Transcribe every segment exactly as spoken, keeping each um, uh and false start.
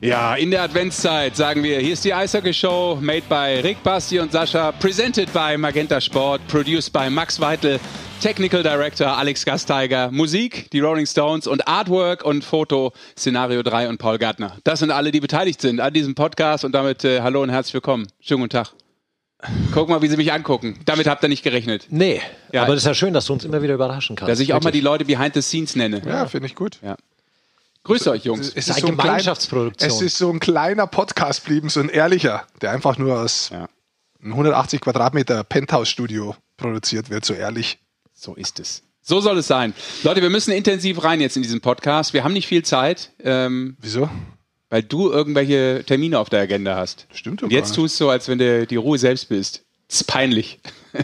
Ja, in der Adventszeit sagen wir, hier ist die Eishockey-Show, made by Rick, Basti und Sascha, presented by Magenta Sport, produced by Max Weitel, Technical Director Alex Gasteiger, Musik, die Rolling Stones und Artwork und Foto, Szenario drei und Paul Gärtner. Das sind alle, die beteiligt sind an diesem Podcast und damit äh, hallo und herzlich willkommen. Schönen guten Tag. Guck mal, wie sie mich angucken. Damit habt ihr nicht gerechnet. Nee, ja, aber das ist ja schön, dass du uns immer wieder überraschen kannst. Dass ich auch mal die Leute behind the scenes nenne. Ja, finde ich gut. Ja. Grüßt euch, Jungs. Es ist, eine so ein Gemeinschaftsproduktion. Klein, es ist so ein kleiner Podcast blieben, so ein ehrlicher, der einfach nur aus Ja. einem hundertachtzig Quadratmeter Penthouse-Studio produziert wird, so ehrlich. So ist es. So soll es sein. Leute, wir müssen intensiv rein jetzt in diesen Podcast. Wir haben nicht viel Zeit, ähm, Wieso? weil du irgendwelche Termine auf der Agenda hast. Stimmt doch Und jetzt gar nicht. tust du, als wenn du die Ruhe selbst bist. Das ist peinlich.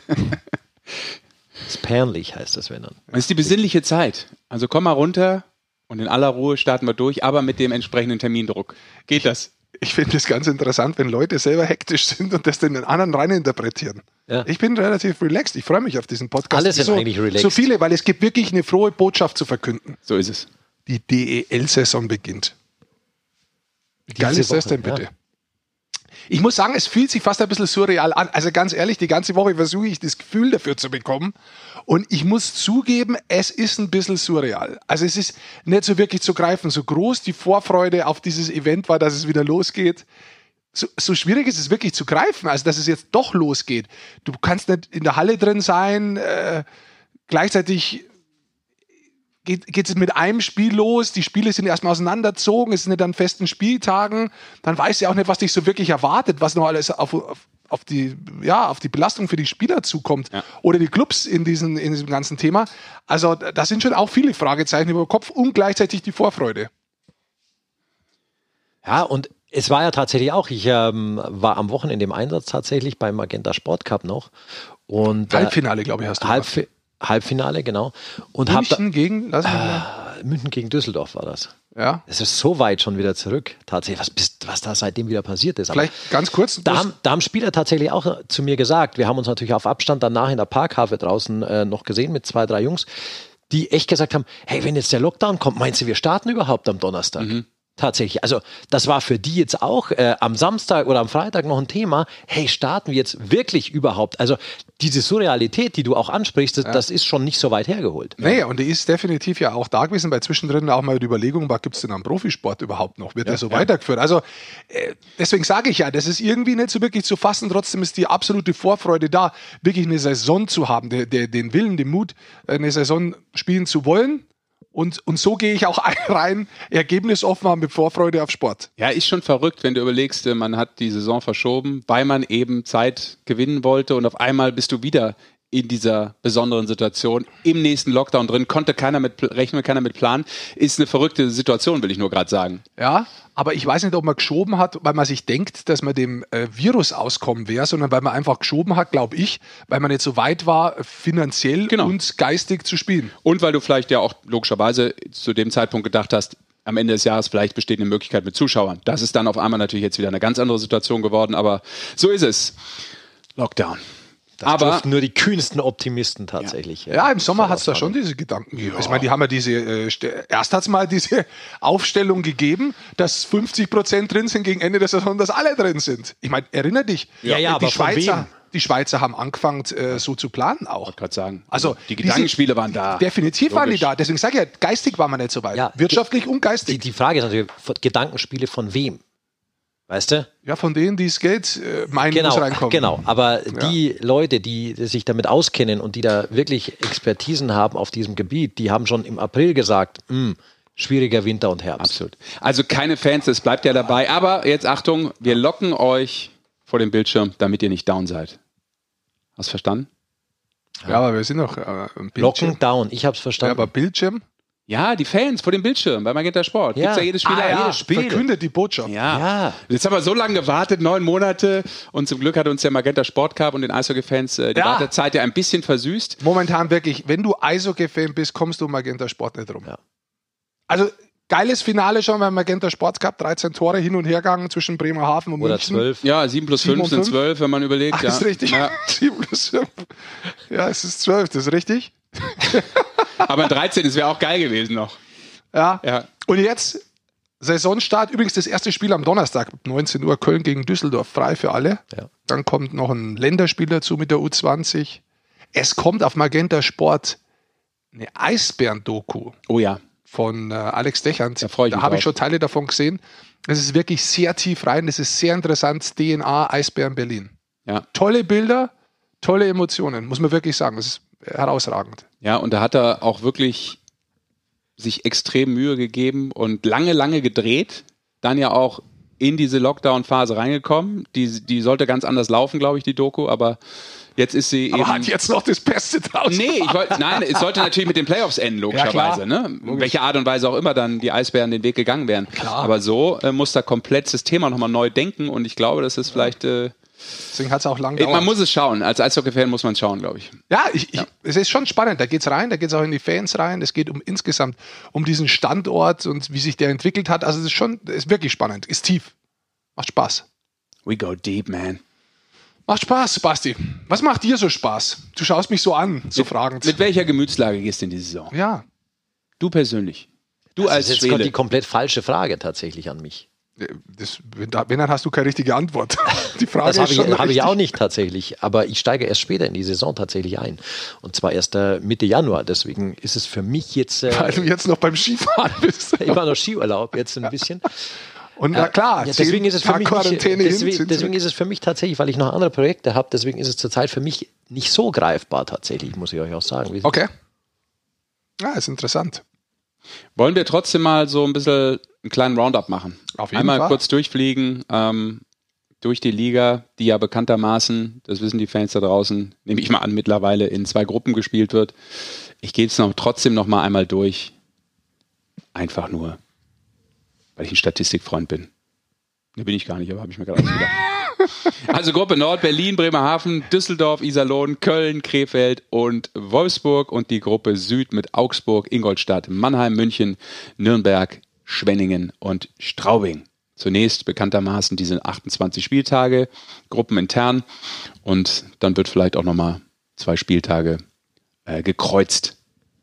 Das ist peinlich, heißt das, wenn dann. Es ist die besinnliche Zeit. Also komm mal runter und in aller Ruhe starten wir durch, aber mit dem entsprechenden Termindruck. Geht das? Ich finde es ganz interessant, wenn Leute selber hektisch sind und das den anderen reininterpretieren. Ja. Ich bin relativ relaxed. Ich freue mich auf diesen Podcast. Alle sind so, eigentlich relaxed. So viele, weil es gibt wirklich eine frohe Botschaft zu verkünden. So ist es. Die D E L-Saison beginnt. Wie geil Diese ist das Woche, denn bitte? ja. Ich muss sagen, es fühlt sich fast ein bisschen surreal an. Also ganz ehrlich, die ganze Woche versuche ich das Gefühl dafür zu bekommen. Und ich muss zugeben, es ist ein bisschen surreal. Also es ist nicht so wirklich zu greifen. So groß die Vorfreude auf dieses Event war, dass es wieder losgeht. So, so schwierig ist es wirklich zu greifen, also dass es jetzt doch losgeht. Du kannst nicht in der Halle drin sein, äh, gleichzeitig geht, geht es mit einem Spiel los, die Spiele sind erstmal auseinanderzogen, es sind nicht an festen Spieltagen, dann weißt du ja auch nicht, was dich so wirklich erwartet, was noch alles auf, auf, auf, die, ja, auf die Belastung für die Spieler zukommt Ja. oder die Clubs in, diesen, in diesem ganzen Thema. Also da sind schon auch viele Fragezeichen über den Kopf und gleichzeitig die Vorfreude. Ja, und es war ja tatsächlich auch, ich ähm, war am Wochenende im Einsatz tatsächlich beim Magenta Sport Cup noch. Und, äh, Halbfinale, glaube ich, hast du Halbfi- gemacht. Halbfinale, genau. Und hab da, München gegen, lass mich mal. München gegen Düsseldorf war das. Ja. Es ist so weit schon wieder zurück, tatsächlich, was, bist, was da seitdem wieder passiert ist. Aber Vielleicht ganz kurz. Da haben, da haben Spieler tatsächlich auch zu mir gesagt, wir haben uns natürlich auf Abstand danach in der Parkhafe draußen äh, noch gesehen mit zwei, drei Jungs, die echt gesagt haben, hey, wenn jetzt der Lockdown kommt, meinst du, wir starten überhaupt am Donnerstag? Mhm. Tatsächlich. Also das war für die jetzt auch äh, am Samstag oder am Freitag noch ein Thema. Hey, starten wir jetzt wirklich überhaupt? Also diese Surrealität, die du auch ansprichst, das, Ja. das ist schon nicht so weit hergeholt. Nee, und die ist definitiv ja auch da gewesen, weil zwischendrin auch mal die Überlegung war, gibt es denn am Profisport überhaupt noch? Wird der so weitergeführt? Also äh, deswegen sage ich ja, das ist irgendwie nicht so wirklich zu fassen. Trotzdem ist die absolute Vorfreude da, wirklich eine Saison zu haben, der, der, den Willen, den Mut, eine Saison spielen zu wollen. Und, und so gehe ich auch rein, ergebnisoffen mit Vorfreude auf Sport. Ja, ist schon verrückt, wenn du überlegst, man hat die Saison verschoben, weil man eben Zeit gewinnen wollte und auf einmal bist du wieder in dieser besonderen Situation im nächsten Lockdown drin, konnte keiner mit rechnen, keiner mit planen. Ist eine verrückte Situation, will ich nur gerade sagen. Ja, aber ich weiß nicht, ob man geschoben hat, weil man sich denkt, dass man dem äh, Virus auskommen wäre, sondern weil man einfach geschoben hat, glaube ich, weil man nicht so weit war, finanziell Genau. und geistig zu spielen. Und weil du vielleicht ja auch logischerweise zu dem Zeitpunkt gedacht hast, am Ende des Jahres vielleicht besteht eine Möglichkeit mit Zuschauern. Das ist dann auf einmal natürlich jetzt wieder eine ganz andere Situation geworden, aber so ist es. Lockdown. Das aber durften nur die kühnsten Optimisten tatsächlich. Ja, im Sommer hat es da schon diese Gedanken gegeben. Ich meine, die haben ja diese, äh, ste- erst hat es mal diese Aufstellung gegeben, dass fünfzig Prozent drin sind gegen Ende der Saison, dass alle drin sind. Ich meine, erinnere dich, Ja, ja, die, aber von Schweizer, wem? die Schweizer haben angefangen, äh, so zu planen auch. Ich gerade sagen, Also die diese- Gedankenspiele waren da. Definitiv waren die Logisch. da. Deswegen sage ich ja, geistig war man nicht so weit. Ja, Wirtschaftlich und Die, geistig. die Frage ist natürlich, von- Gedankenspiele von wem? Weißt du? Ja, von denen, die das Geld äh, meinen, Genau, muss reinkommen. genau. Aber die Leute, die sich damit auskennen und die da wirklich Expertisen haben auf diesem Gebiet, die haben schon im April gesagt, "Hm, schwieriger Winter und Herbst. Absolut. Also keine Fans, es bleibt ja dabei. Aber jetzt Achtung, wir locken euch vor dem Bildschirm, damit ihr nicht down seid. Hast du verstanden? Ja, aber wir sind noch äh, im Bildschirm. Locken down, ich hab's Ja, verstanden. aber Bildschirm? Ja, die Fans vor dem Bildschirm bei Magenta Sport. Ja. Gibt's ja jedes Spiel. Ah, ein. jedes Spiel. Verkündet die Botschaft. Ja. Ja. Jetzt haben wir so lange gewartet, neun Monate. Und zum Glück hat uns der Magenta Sport Cup und den Eishockey-Fans äh, die Ja. Wartezeit ja ein bisschen versüßt. Momentan wirklich, wenn du Eishockey-Fan bist, kommst du um Magenta Sport nicht rum. Ja. Also geiles Finale schon beim Magenta Sport Cup, dreizehn Tore hin und her gegangen zwischen Bremerhaven und Oder München. zwölf. Ja, sieben plus Sieben fünf und sind fünf? zwölf, wenn man überlegt. Ach, ja. ist richtig. Ja. sieben plus fünf. Ja, es ist zwölf, das ist richtig. Aber ein dreizehn, das wäre auch geil gewesen noch. Ja. Ja. Und jetzt Saisonstart, übrigens das erste Spiel am Donnerstag, neunzehn Uhr, Köln gegen Düsseldorf, frei für alle. Ja. Dann kommt noch ein Länderspiel dazu mit der U zwanzig. Es kommt auf Magenta Sport eine Eisbären-Doku. Oh ja. Von äh, Alex Dechant. Da freue ich mich Da habe ich drauf. schon Teile davon gesehen. Es ist wirklich sehr tief rein, das ist sehr interessant. D N A Eisbären Berlin. Ja. Tolle Bilder, tolle Emotionen, muss man wirklich sagen. Das ist herausragend. Ja, und da hat er auch wirklich sich extrem Mühe gegeben und lange, lange gedreht. Dann ja auch in diese Lockdown-Phase reingekommen. Die, die sollte ganz anders laufen, glaube ich, die Doku, aber jetzt ist sie Aber eben... hat jetzt noch das Beste draus Nee, ich wollt, nein, es sollte natürlich mit den Playoffs enden, logischerweise. Ja, ne? Welche Art und Weise auch immer dann die Eisbären den Weg gegangen wären. Klar. Aber so äh, muss da komplett das Thema nochmal neu denken und ich glaube, das ist vielleicht... Äh, Deswegen hat es auch lange man gedauert. muss es schauen. Als Eishockey-Fan muss man es schauen, glaube ich. Ja, ich, ich, es ist schon spannend. Da geht es rein, da geht es auch in die Fans rein. Es geht um insgesamt um diesen Standort und wie sich der entwickelt hat. Also es ist schon, es ist wirklich spannend, ist tief. Macht Spaß. We go deep, man. Macht Spaß, Basti. Was macht dir so Spaß? Du schaust mich so an, so fragend. Mit welcher Gemütslage gehst du in die Saison? Ja, Du persönlich. Du Das als ist jetzt Schwede. die komplett falsche Frage tatsächlich an mich. das, wenn, da, wenn, dann hast du keine richtige Antwort. Die Frage Das habe ist ich, schon hab ich richtig. auch nicht tatsächlich, aber ich steige erst später in die Saison tatsächlich ein. Und zwar erst äh, Mitte Januar. Deswegen ist es für mich jetzt äh, Weil du jetzt noch beim Skifahren bist. immer noch Skiurlaub jetzt ein bisschen. Und na klar, Ja, deswegen zehn ist es für Tage mich nicht, Quarantäne hin, deswegen, sind deswegen zurück. ist es für mich tatsächlich, weil ich noch andere Projekte habe, deswegen ist es zurzeit für mich nicht so greifbar tatsächlich, muss ich euch auch sagen. Wie- Okay. Ja, ist interessant. Wollen wir trotzdem mal so ein bisschen einen kleinen Roundup machen? Auf jeden Einmal Fall. kurz durchfliegen ähm, durch die Liga, die ja bekanntermaßen, das wissen die Fans da draußen, nehme ich mal an, mittlerweile in zwei Gruppen gespielt wird. Ich gehe jetzt noch trotzdem noch mal einmal durch. Einfach nur, weil ich ein Statistikfreund bin. Ne, bin ich gar nicht, aber habe ich mir gerade ausgedacht. Also Gruppe Nord, Berlin, Bremerhaven, Düsseldorf, Iserlohn, Köln, Krefeld und Wolfsburg und die Gruppe Süd mit Augsburg, Ingolstadt, Mannheim, München, Nürnberg, Schwenningen und Straubing. Zunächst bekanntermaßen diese achtundzwanzig Spieltage, gruppenintern und dann wird vielleicht auch nochmal zwei Spieltage äh, gekreuzt.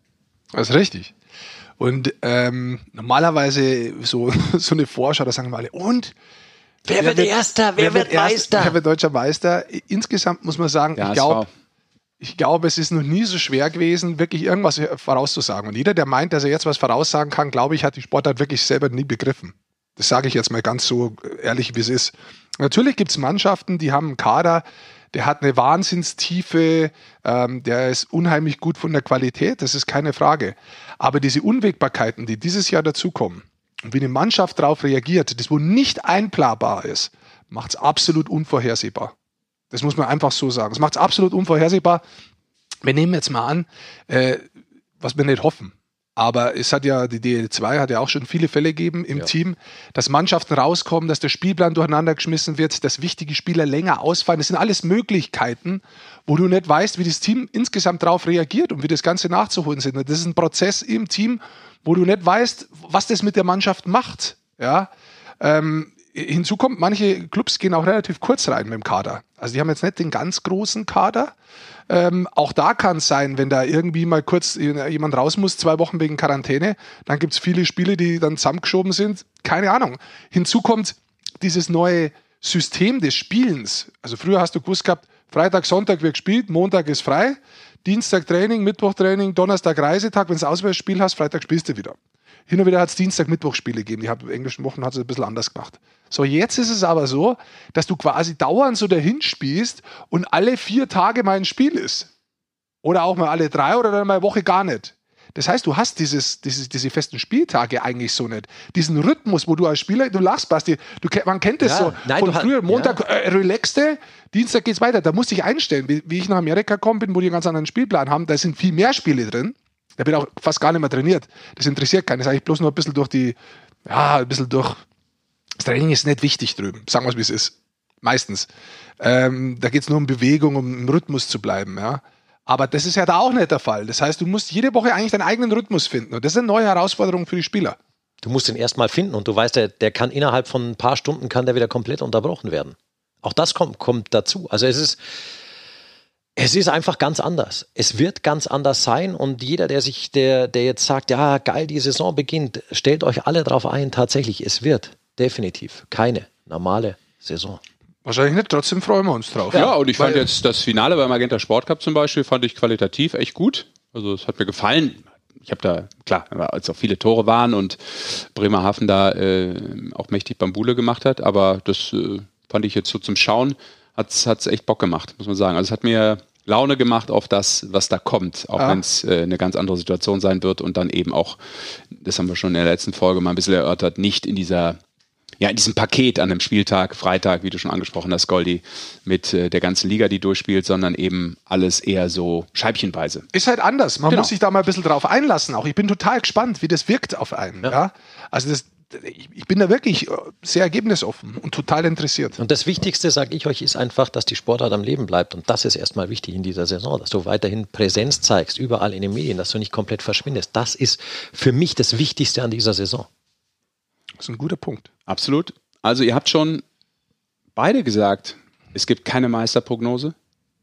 Das ist richtig. Und ähm, normalerweise so, so eine Vorschau, da sagen wir alle, und? Wer wird Erster? Wer wird Meister? Wer wird deutscher Meister? Insgesamt muss man sagen, Der ich glaube, H S V. ich glaube, es ist noch nie so schwer gewesen, wirklich irgendwas vorauszusagen. Und jeder, der meint, dass er jetzt was voraussagen kann, glaube ich, hat die Sportart wirklich selber nie begriffen. Das sage ich jetzt mal ganz so ehrlich, wie es ist. Natürlich gibt es Mannschaften, die haben einen Kader, der hat eine Wahnsinnstiefe, ähm, der ist unheimlich gut von der Qualität, das ist keine Frage. Aber diese Unwägbarkeiten, die dieses Jahr dazukommen, und wie eine Mannschaft darauf reagiert, das wo nicht einplanbar ist, macht es absolut unvorhersehbar. Das muss man einfach so sagen. Es macht es absolut unvorhersehbar. Wir nehmen jetzt mal an, äh, was wir nicht hoffen. Aber es hat ja, die D L zwei hat ja auch schon viele Fälle gegeben im Ja. Team, dass Mannschaften rauskommen, dass der Spielplan durcheinander geschmissen wird, dass wichtige Spieler länger ausfallen. Das sind alles Möglichkeiten, wo du nicht weißt, wie das Team insgesamt darauf reagiert und wie das Ganze nachzuholen sind. Und das ist ein Prozess im Team, wo du nicht weißt, was das mit der Mannschaft macht. Ja, ähm, hinzu kommt, manche Clubs gehen auch relativ kurz rein mit dem Kader. Also die haben jetzt nicht den ganz großen Kader. Ähm, auch da kann es sein, wenn da irgendwie mal kurz jemand raus muss, zwei Wochen wegen Quarantäne, dann gibt es viele Spiele, die dann zusammengeschoben sind. Keine Ahnung. Hinzu kommt dieses neue System des Spielens. Also früher hast du gewusst gehabt, Freitag, Sonntag wird gespielt, Montag ist frei, Dienstag Training, Mittwoch Training, Donnerstag Reisetag. Wenn du ein Auswärtsspiel hast, Freitag spielst du wieder. Hin und wieder hat es Dienstag, Mittwoch Spiele gegeben. Die in englischen Wochen hat es ein bisschen anders gemacht. So, jetzt ist es aber so, dass du quasi dauernd so dahin spielst und alle vier Tage mal ein Spiel ist. Oder auch mal alle drei oder dann mal eine Woche gar nicht. Das heißt, du hast dieses, dieses, diese festen Spieltage eigentlich so nicht. Diesen Rhythmus, wo du als Spieler, du lachst, Basti, du, man kennt das Ja, so nein, von du früher, hast- Montag ja. äh, relaxte, Dienstag geht's weiter. Da musst du dich einstellen. Wie, wie ich nach Amerika gekommen bin, wo die einen ganz anderen Spielplan haben, da sind viel mehr Spiele drin. Da wird auch fast gar nicht mehr trainiert. Das interessiert keinen. Das ist eigentlich bloß nur ein bisschen durch die, ja, ein bisschen durch, das Training ist nicht wichtig drüben. Sagen wir es, wie es ist. Meistens. Ähm, da geht es nur um Bewegung, um im Rhythmus zu bleiben, ja. Aber das ist ja da auch nicht der Fall. Das heißt, du musst jede Woche eigentlich deinen eigenen Rhythmus finden. Und das ist eine neue Herausforderung für die Spieler. Du musst ihn erstmal finden und du weißt, der, der kann innerhalb von ein paar Stunden kann der wieder komplett unterbrochen werden. Auch das kommt, kommt dazu. Also es ist, Es ist einfach ganz anders. Es wird ganz anders sein und jeder, der sich, der, der jetzt sagt, ja geil, die Saison beginnt, stellt euch alle drauf ein, tatsächlich, es wird definitiv keine normale Saison. Wahrscheinlich nicht, trotzdem freuen wir uns drauf. Ja, ja, und ich fand jetzt das Finale beim Magenta Sport Cup zum Beispiel, fand ich qualitativ echt gut. Also es hat mir gefallen. Ich habe da, klar, als auch viele Tore waren und Bremerhaven da äh, auch mächtig Bambule gemacht hat, aber das äh, fand ich jetzt so zum Schauen, hat es echt Bock gemacht, muss man sagen. Also es hat mir Laune gemacht auf das, was da kommt, auch ah. wenn es äh, eine ganz andere Situation sein wird und dann eben auch, das haben wir schon in der letzten Folge mal ein bisschen erörtert, nicht in dieser, ja, in diesem Paket an einem Spieltag, Freitag, wie du schon angesprochen hast, Goldi, mit äh, der ganzen Liga, die durchspielt, sondern eben alles eher so scheibchenweise. Ist halt anders. Man genau. muss sich da mal ein bisschen drauf einlassen. Auch ich bin total gespannt, wie das wirkt auf einen. Ja. Ja? Also das Ich bin da wirklich sehr ergebnisoffen und total interessiert. Und das Wichtigste, sage ich euch, ist einfach, dass die Sportart am Leben bleibt. Und das ist erstmal wichtig in dieser Saison, dass du weiterhin Präsenz zeigst, überall in den Medien, dass du nicht komplett verschwindest. Das ist für mich das Wichtigste an dieser Saison. Das ist ein guter Punkt. Absolut. Also ihr habt schon beide gesagt, es gibt keine Meisterprognose.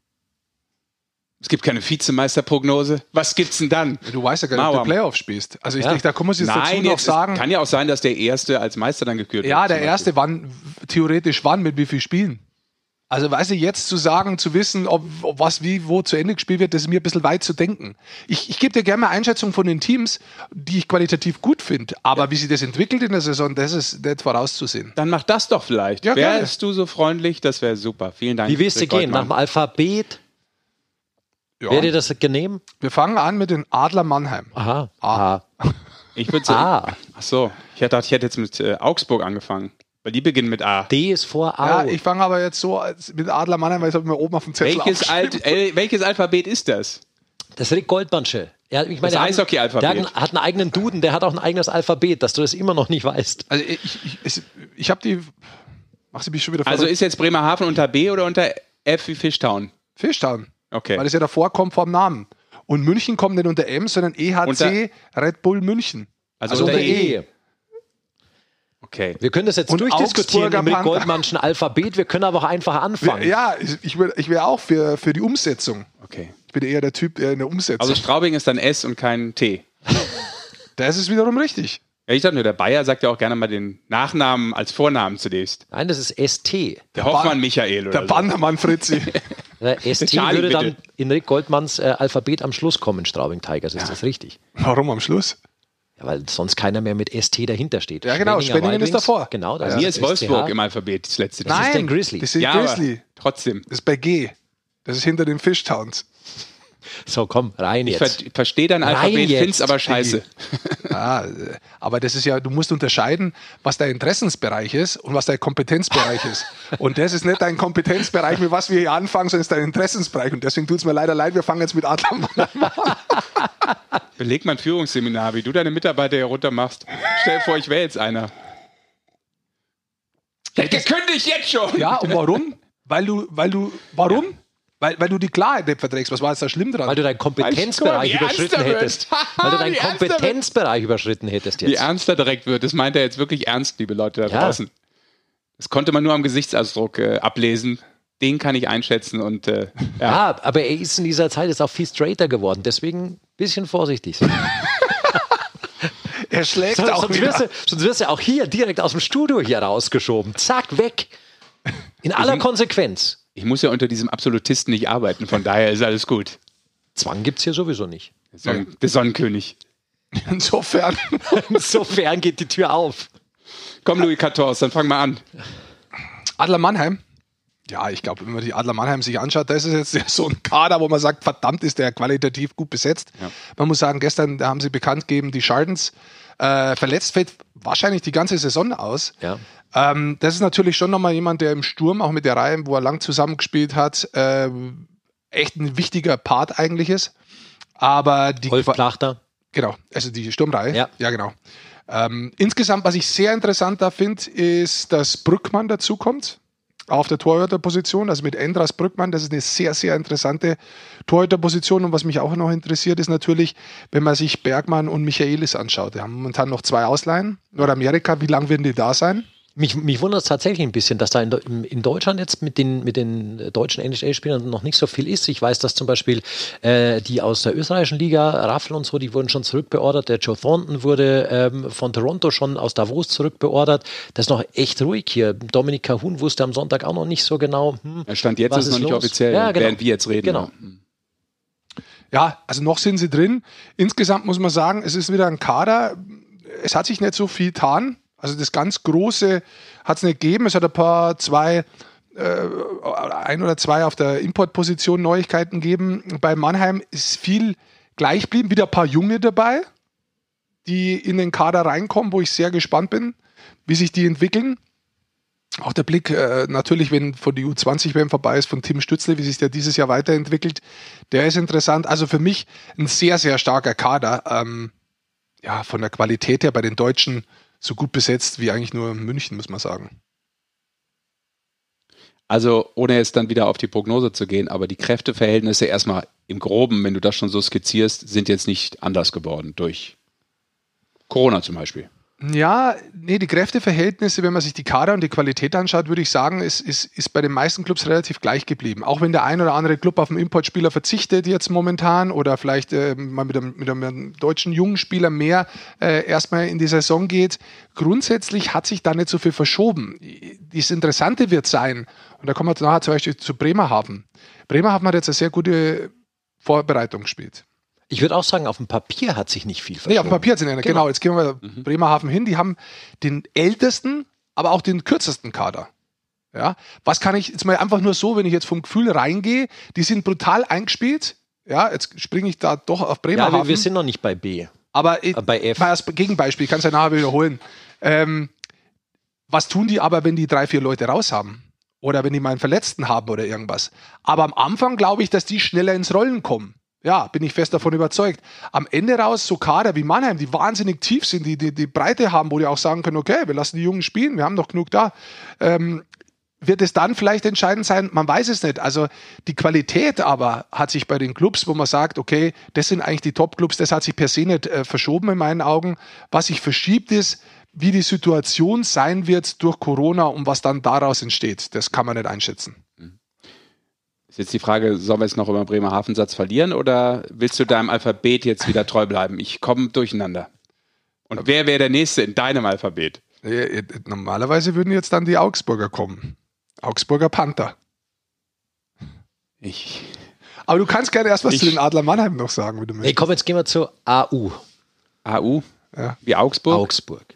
Es gibt keine Vizemeisterprognose. Was gibt's denn dann? Du weißt ja gar nicht, ob du Playoffs spielst. Also ich ja. denke, da kann man sich Nein, dazu noch jetzt, sagen. Es kann ja auch sein, dass der Erste als Meister dann gekürt wird. Ja, der Erste, wann, theoretisch wann, mit wie vielen Spielen. Also weiß ich, jetzt zu sagen, zu wissen, ob, ob was wie wo zu Ende gespielt wird, das ist mir ein bisschen weit zu denken. Ich, ich gebe dir gerne mal Einschätzungen von den Teams, die ich qualitativ gut finde. Aber ja. wie sich das entwickelt in der Saison, das ist nicht vorauszusehen. Dann mach das doch vielleicht. Ja, Wärst du so freundlich? Das wäre super. Vielen Dank. Wie willst du gehen? Nach dem Alphabet? Ja. Wäre dir das genehm? Wir fangen an mit den Adler Mannheim. Aha. A. Ich würde sagen. Ah. Ach so. Ich dachte, ich hätte jetzt mit äh, Augsburg angefangen. Weil die beginnen mit A. D ist vor A. Ja, ich fange aber jetzt so mit Adler Mannheim, weil ich habe mir oben auf dem Zettel welches, Alt, äh, welches Alphabet ist das? Das Rick Goldmannsche. Er, ich meine, das Eishockey-Alphabet. Der hat, hat einen eigenen Duden, der hat auch ein eigenes Alphabet, dass du das immer noch nicht weißt. Also ich, ich, ich, ich habe die... Mach sie mich schon wieder Also ist jetzt Bremerhaven unter B oder unter F wie Fishtown? Fishtown. Okay. Weil es ja davor kommt vom Namen. Und München kommt nicht unter M, sondern E H C unter Red Bull München. Also, also unter, unter E. e. Okay. Wir können das jetzt und durchdiskutieren im Rick Goldmannschen Alphabet, wir können aber auch einfach anfangen. Ja, ich wäre ich wär auch für, für die Umsetzung. Okay. Ich bin eher der Typ in der Umsetzung. Also Straubing ist dann S und kein T. Das ist wiederum richtig. Ja, ich dachte nur, der Bayer sagt ja auch gerne mal den Nachnamen als Vornamen zunächst. Nein, das ist S T. Der, der Hoffmann Michael oder Der so. Bandermann Fritzi. Der S T Charlie, würde bitte. Dann in Rick Goldmanns äh, Alphabet am Schluss kommen, Straubing Tigers. Ist ja. das richtig? Warum am Schluss? Ja, weil sonst keiner mehr mit S T dahinter steht. Ja, genau. Schwenningen ist davor. Genau, da ja. Hier ist Wolfsburg S T H im Alphabet, das letzte. Das Nein, ist der Grizzly. Das ist ja, Grizzly. Trotzdem. Das ist bei G. Das ist hinter den Fishtowns. So, komm, rein ich jetzt. Ich ver verstehe dein Alphabet, find's aber scheiße. Ja, aber das ist ja, du musst unterscheiden, was dein Interessensbereich ist und was dein Kompetenzbereich ist. Und das ist nicht dein Kompetenzbereich, mit was wir hier anfangen, sondern ist dein Interessensbereich. Und deswegen tut es mir leider leid, wir fangen jetzt mit Adler Mannheim an. Beleg mal ein Führungsseminar, wie du deine Mitarbeiter hier runter machst. Stell dir vor, ich wäre jetzt einer. Ich hätte gekündigt jetzt schon. Ja, und warum? Weil du, weil du, warum? Ja. Weil, weil du die Klarheit nicht verträgst. Was war jetzt da schlimm dran? Weil du deinen Kompetenzbereich überschritten hättest. Weil du deinen Kompetenzbereich überschritten hättest jetzt. Wie ernst er direkt wird, das meint er jetzt wirklich ernst, liebe Leute da ja. draußen. Das konnte man nur am Gesichtsausdruck äh, ablesen. Den kann ich einschätzen. Und, äh, ja. ja, aber er ist in dieser Zeit jetzt auch viel straighter geworden. Deswegen ein bisschen vorsichtig sein. Er schlägt so, auch sonst wirst, du, sonst wirst du auch hier direkt aus dem Studio hier rausgeschoben. Zack, weg. In aller ich, Konsequenz. Ich muss ja unter diesem Absolutisten nicht arbeiten, von daher ist alles gut. Zwang gibt es hier sowieso nicht. Der, Son der Sonnenkönig. Insofern. Insofern geht die Tür auf. Komm, Louis vierzehn, dann fang mal an. Adler Mannheim. Ja, ich glaube, wenn man die Adler Mannheim sich anschaut, das ist jetzt so ein Kader, wo man sagt, verdammt, ist der qualitativ gut besetzt. Ja. Man muss sagen, gestern da haben sie bekannt gegeben, die Schaldens äh, verletzt, fällt wahrscheinlich die ganze Saison aus. Ja. Ähm, das ist natürlich schon nochmal jemand, der im Sturm, auch mit der Reihe, wo er lang zusammengespielt hat, äh, echt ein wichtiger Part eigentlich ist. Aber die Rolf Plachter. Genau, also die Sturmreihe. Ja, ja genau. Ähm, insgesamt, was ich sehr interessant da finde, ist, dass Brückmann dazukommt auf der Torhüterposition, also mit Endras Brückmann. Das ist eine sehr, sehr interessante Torhüterposition. Und was mich auch noch interessiert, ist natürlich, wenn man sich Bergmann und Michaelis anschaut. Wir haben momentan noch zwei Ausleihen. Nordamerika, wie lange werden die da sein? Mich, mich wundert es tatsächlich ein bisschen, dass da in, in Deutschland jetzt mit den, mit den deutschen N H L-Spielern noch nicht so viel ist. Ich weiß, dass zum Beispiel äh, die aus der österreichischen Liga, Raffl und so, die wurden schon zurückbeordert. Der Joe Thornton wurde ähm, von Toronto schon aus Davos zurückbeordert. Das ist noch echt ruhig hier. Dominik Kahun wusste am Sonntag auch noch nicht so genau. Hm, er stand jetzt, ist es noch nicht los? Offiziell, ja, genau. während wir jetzt reden. Genau. Ja, also noch sind sie drin. Insgesamt muss man sagen, es ist wieder ein Kader. Es hat sich nicht so viel getan. Also das ganz Große hat es nicht gegeben. Es hat ein paar, zwei, äh, ein oder zwei auf der Importposition Neuigkeiten gegeben. Bei Mannheim ist viel gleich geblieben. Wieder ein paar Junge dabei, die in den Kader reinkommen, wo ich sehr gespannt bin, wie sich die entwickeln. Auch der Blick äh, natürlich, wenn von die U zwanzig W M vorbei ist, von Tim Stützle, wie sich der dieses Jahr weiterentwickelt, der ist interessant. Also für mich ein sehr, sehr starker Kader. Ähm, ja, von der Qualität her bei den Deutschen so gut besetzt wie eigentlich nur München, muss man sagen. Also, ohne jetzt dann wieder auf die Prognose zu gehen, aber die Kräfteverhältnisse erstmal im Groben, wenn du das schon so skizzierst, sind jetzt nicht anders geworden durch Corona zum Beispiel. Ja, nee, die Kräfteverhältnisse, wenn man sich die Kader und die Qualität anschaut, würde ich sagen, ist, ist, ist bei den meisten Clubs relativ gleich geblieben. Auch wenn der ein oder andere Club auf einen Importspieler verzichtet jetzt momentan oder vielleicht äh, mal mit einem, mit einem deutschen jungen Spieler mehr äh, erstmal in die Saison geht. Grundsätzlich hat sich da nicht so viel verschoben. Das Interessante wird sein, und da kommen wir nachher zum Beispiel zu Bremerhaven. Bremerhaven hat jetzt eine sehr gute Vorbereitung gespielt. Ich würde auch sagen, auf dem Papier hat sich nicht viel verschoben. Nee, auf dem Papier hat sich nicht. Genau. genau, jetzt gehen wir mhm. Bremerhaven hin. Die haben den ältesten, aber auch den kürzesten Kader. Ja, was kann ich jetzt mal einfach nur so, wenn ich jetzt vom Gefühl reingehe, die sind brutal eingespielt. Ja, jetzt springe ich da doch auf Bremerhaven. Ja, aber wir sind noch nicht bei B. Aber ich, bei F. Mal als Gegenbeispiel, kannst du ja nachher wiederholen. Ähm, was tun die aber, wenn die drei, vier Leute raus haben? Oder wenn die mal einen Verletzten haben oder irgendwas? Aber am Anfang glaube ich, dass die schneller ins Rollen kommen. Ja, bin ich fest davon überzeugt. Am Ende raus, so Kader wie Mannheim, die wahnsinnig tief sind, die, die die Breite haben, wo die auch sagen können, okay, wir lassen die Jungen spielen, wir haben doch genug da. Ähm, wird es dann vielleicht entscheidend sein? Man weiß es nicht. Also die Qualität aber hat sich bei den Clubs, wo man sagt, okay, das sind eigentlich die Top-Clubs, das hat sich per se nicht äh, verschoben in meinen Augen. Was sich verschiebt ist, wie die Situation sein wird durch Corona und was dann daraus entsteht. Das kann man nicht einschätzen. Ist jetzt die Frage, sollen wir jetzt noch über Bremerhaven-Satz verlieren oder willst du deinem Alphabet jetzt wieder treu bleiben? Ich komme durcheinander. Und wer wäre der Nächste in deinem Alphabet? Normalerweise würden jetzt dann die Augsburger kommen. Augsburger Panther. Ich. Aber du kannst gerne erst was ich, zu den Adler Mannheim noch sagen, wenn du möchtest. Nee, komm, jetzt gehen wir zu A U. A U? Ja. Wie Augsburg? Augsburg.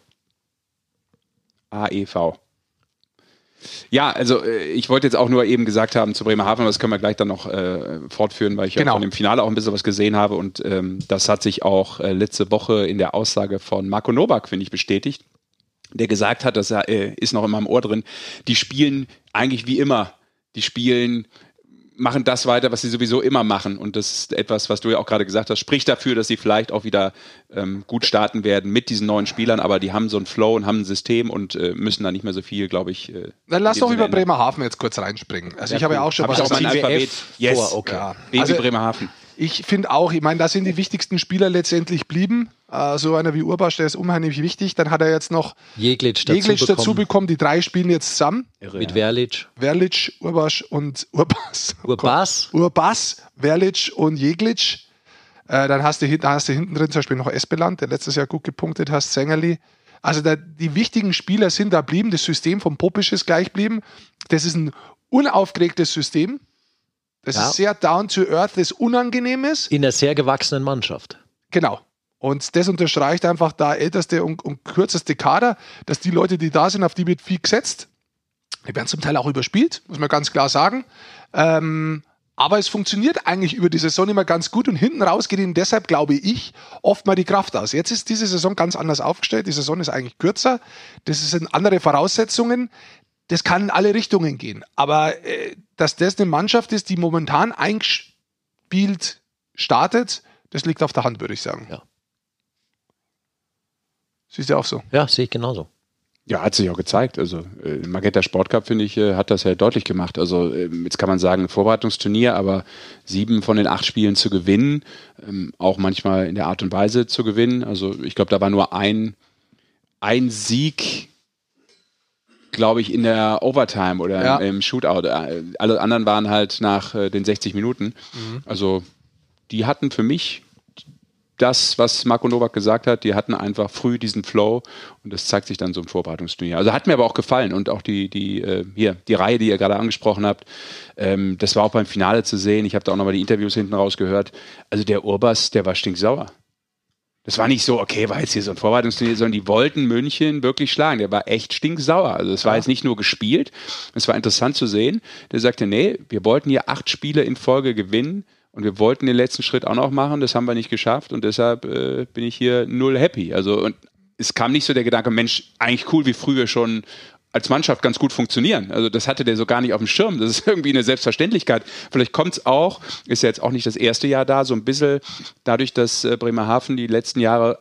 A E V. Ja, also ich wollte jetzt auch nur eben gesagt haben zu Bremerhaven, aber das können wir gleich dann noch äh, fortführen, weil ich genau. ja von dem Finale auch ein bisschen was gesehen habe und ähm, das hat sich auch äh, letzte Woche in der Aussage von Marco Nowak, finde ich, bestätigt, der gesagt hat, das äh, ist noch in meinem Ohr drin, die spielen eigentlich wie immer, die spielen, machen das weiter, was sie sowieso immer machen und das ist etwas, was du ja auch gerade gesagt hast, spricht dafür, dass sie vielleicht auch wieder ähm, gut starten werden mit diesen neuen Spielern, aber die haben so einen Flow und haben ein System und äh, müssen da nicht mehr so viel, glaube ich. Äh, Dann lass doch über Bremerhaven jetzt kurz reinspringen. Also ja, ich habe ja auch schon hab was ich auch mein Alphabet. Yes. Vor, okay. Ja. Baby also, Bremerhaven. Ich finde auch, ich meine, da sind die wichtigsten Spieler letztendlich blieben. Uh, so einer wie Urbasch, der ist unheimlich wichtig. Dann hat er jetzt noch Jeglic dazu, Jeglic dazu bekommen. bekommen. Die drei spielen jetzt zusammen. Irre, mit Verlic. Verlic, Urbasch und Urbas. Urbas. Urbas, Verlic und Jeglic. Uh, dann hast du, dann hast du hinten drin zum Beispiel noch Espeland, der letztes Jahr gut gepunktet hast, Sängerli. Also da, die wichtigen Spieler sind da blieben. Das System von Popisch ist gleich geblieben. Das ist ein unaufgeregtes System. Das ja. ist sehr down to earth, das unangenehm ist. In einer sehr gewachsenen Mannschaft. Genau. Und das unterstreicht einfach da älteste und, und kürzeste Kader, dass die Leute, die da sind, auf die wird viel gesetzt. Die werden zum Teil auch überspielt, muss man ganz klar sagen. Ähm, aber es funktioniert eigentlich über die Saison immer ganz gut und hinten raus geht ihnen deshalb, glaube ich, oft mal die Kraft aus. Jetzt ist diese Saison ganz anders aufgestellt. Die Saison ist eigentlich kürzer. Das sind andere Voraussetzungen. Das kann in alle Richtungen gehen. Aber äh, dass das eine Mannschaft ist, die momentan eingespielt startet, das liegt auf der Hand, würde ich sagen. Ja. Siehst du auch so? Ja, sehe ich genauso. Ja, hat sich auch gezeigt. Also äh, Magenta Sportcup, finde ich, äh, hat das ja deutlich gemacht. Also äh, jetzt kann man sagen, ein Vorbereitungsturnier, aber sieben von den acht Spielen zu gewinnen, ähm, auch manchmal in der Art und Weise zu gewinnen. Also ich glaube, da war nur ein, ein Sieg glaube ich, in der Overtime oder Ja. im, im Shootout. Alle anderen waren halt nach äh, den sechzig Minuten. Mhm. Also die hatten für mich das, was Marco Nowak gesagt hat, die hatten einfach früh diesen Flow und das zeigt sich dann so im Vorbereitungsturnier. Also hat mir aber auch gefallen und auch die, die, äh, hier, die Reihe, die ihr gerade angesprochen habt, ähm, das war auch beim Finale zu sehen. Ich habe da auch nochmal die Interviews hinten rausgehört. Also der Urbas, der war stinksauer. Das war nicht so, okay, war jetzt hier so ein Vorbereitungsturnier, sondern die wollten München wirklich schlagen. Der war echt stinksauer. Also es war ja. jetzt nicht nur gespielt, es war interessant zu sehen. Der sagte, nee, wir wollten hier acht Spiele in Folge gewinnen und wir wollten den letzten Schritt auch noch machen, das haben wir nicht geschafft und deshalb äh, bin ich hier null happy. Also und es kam nicht so der Gedanke, Mensch, eigentlich cool, wie früh wir schon als Mannschaft ganz gut funktionieren. Also das hatte der so gar nicht auf dem Schirm. Das ist irgendwie eine Selbstverständlichkeit. Vielleicht kommt es auch, ist ja jetzt auch nicht das erste Jahr da, so ein bisschen dadurch, dass äh, Bremerhaven die letzten Jahre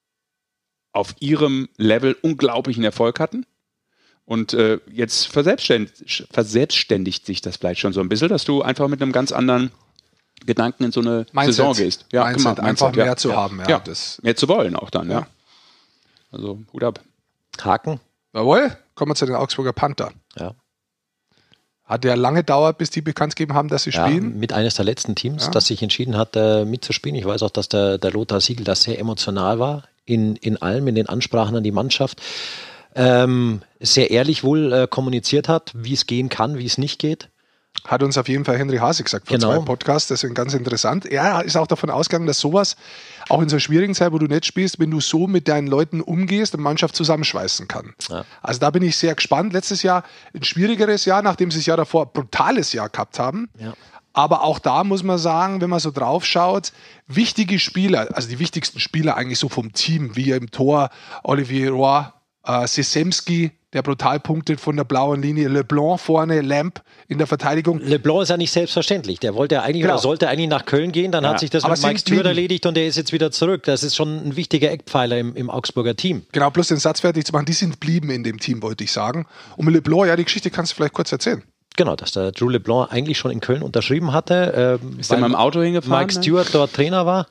auf ihrem Level unglaublichen Erfolg hatten. Und äh, jetzt verselbstständigt, verselbstständigt sich das vielleicht schon so ein bisschen, dass du einfach mit einem ganz anderen Gedanken in so eine Mindset. Saison gehst. Ja, Mindset, Mindset, einfach ja. mehr zu ja. haben. Ja, ja. Das mehr zu wollen auch dann. Ja. Ja. Also Hut ab. Haken. Jawohl, kommen wir zu den Augsburger Panther. Ja. Hat ja lange gedauert, bis die bekannt gegeben haben, dass sie Ja, spielen. mit eines der letzten Teams, Ja. das sich entschieden hat, äh, mitzuspielen. Ich weiß auch, dass der, der Lothar Siegel da sehr emotional war in, in allem, in den Ansprachen an die Mannschaft. Ähm, sehr ehrlich wohl äh, kommuniziert hat, wie es gehen kann, wie es nicht geht. Hat uns auf jeden Fall Henry Hase gesagt vor Genau. zwei Podcasts, deswegen ganz interessant. Er ist auch davon ausgegangen, dass sowas, auch in so einer schwierigen Zeit, wo du nicht spielst, wenn du so mit deinen Leuten umgehst, eine Mannschaft zusammenschweißen kann. Ja. Also da bin ich sehr gespannt. Letztes Jahr ein schwierigeres Jahr, nachdem sie das Jahr davor ein brutales Jahr gehabt haben. Ja. Aber auch da muss man sagen, wenn man so drauf schaut, wichtige Spieler, also die wichtigsten Spieler eigentlich so vom Team, wie im Tor Olivier Roy, äh, Sesemski, der brutal punktet von der blauen Linie, Leblanc vorne, Lamp in der Verteidigung. Leblanc ist ja nicht selbstverständlich. Der wollte ja eigentlich Genau. oder sollte eigentlich nach Köln gehen. Dann Ja. hat sich das Aber mit sind Mike Stewart geblieben. erledigt und der ist jetzt wieder zurück. Das ist schon ein wichtiger Eckpfeiler im, im Augsburger Team. Genau, plus den Satz fertig zu machen, die sind blieben in dem Team, wollte ich sagen. Und mit Leblanc, ja, die Geschichte kannst du vielleicht kurz erzählen. Genau, dass der Drew Leblanc eigentlich schon in Köln unterschrieben hatte. Ähm, Ist der mal im Auto hingefahren? Mike Stewart dort Trainer war.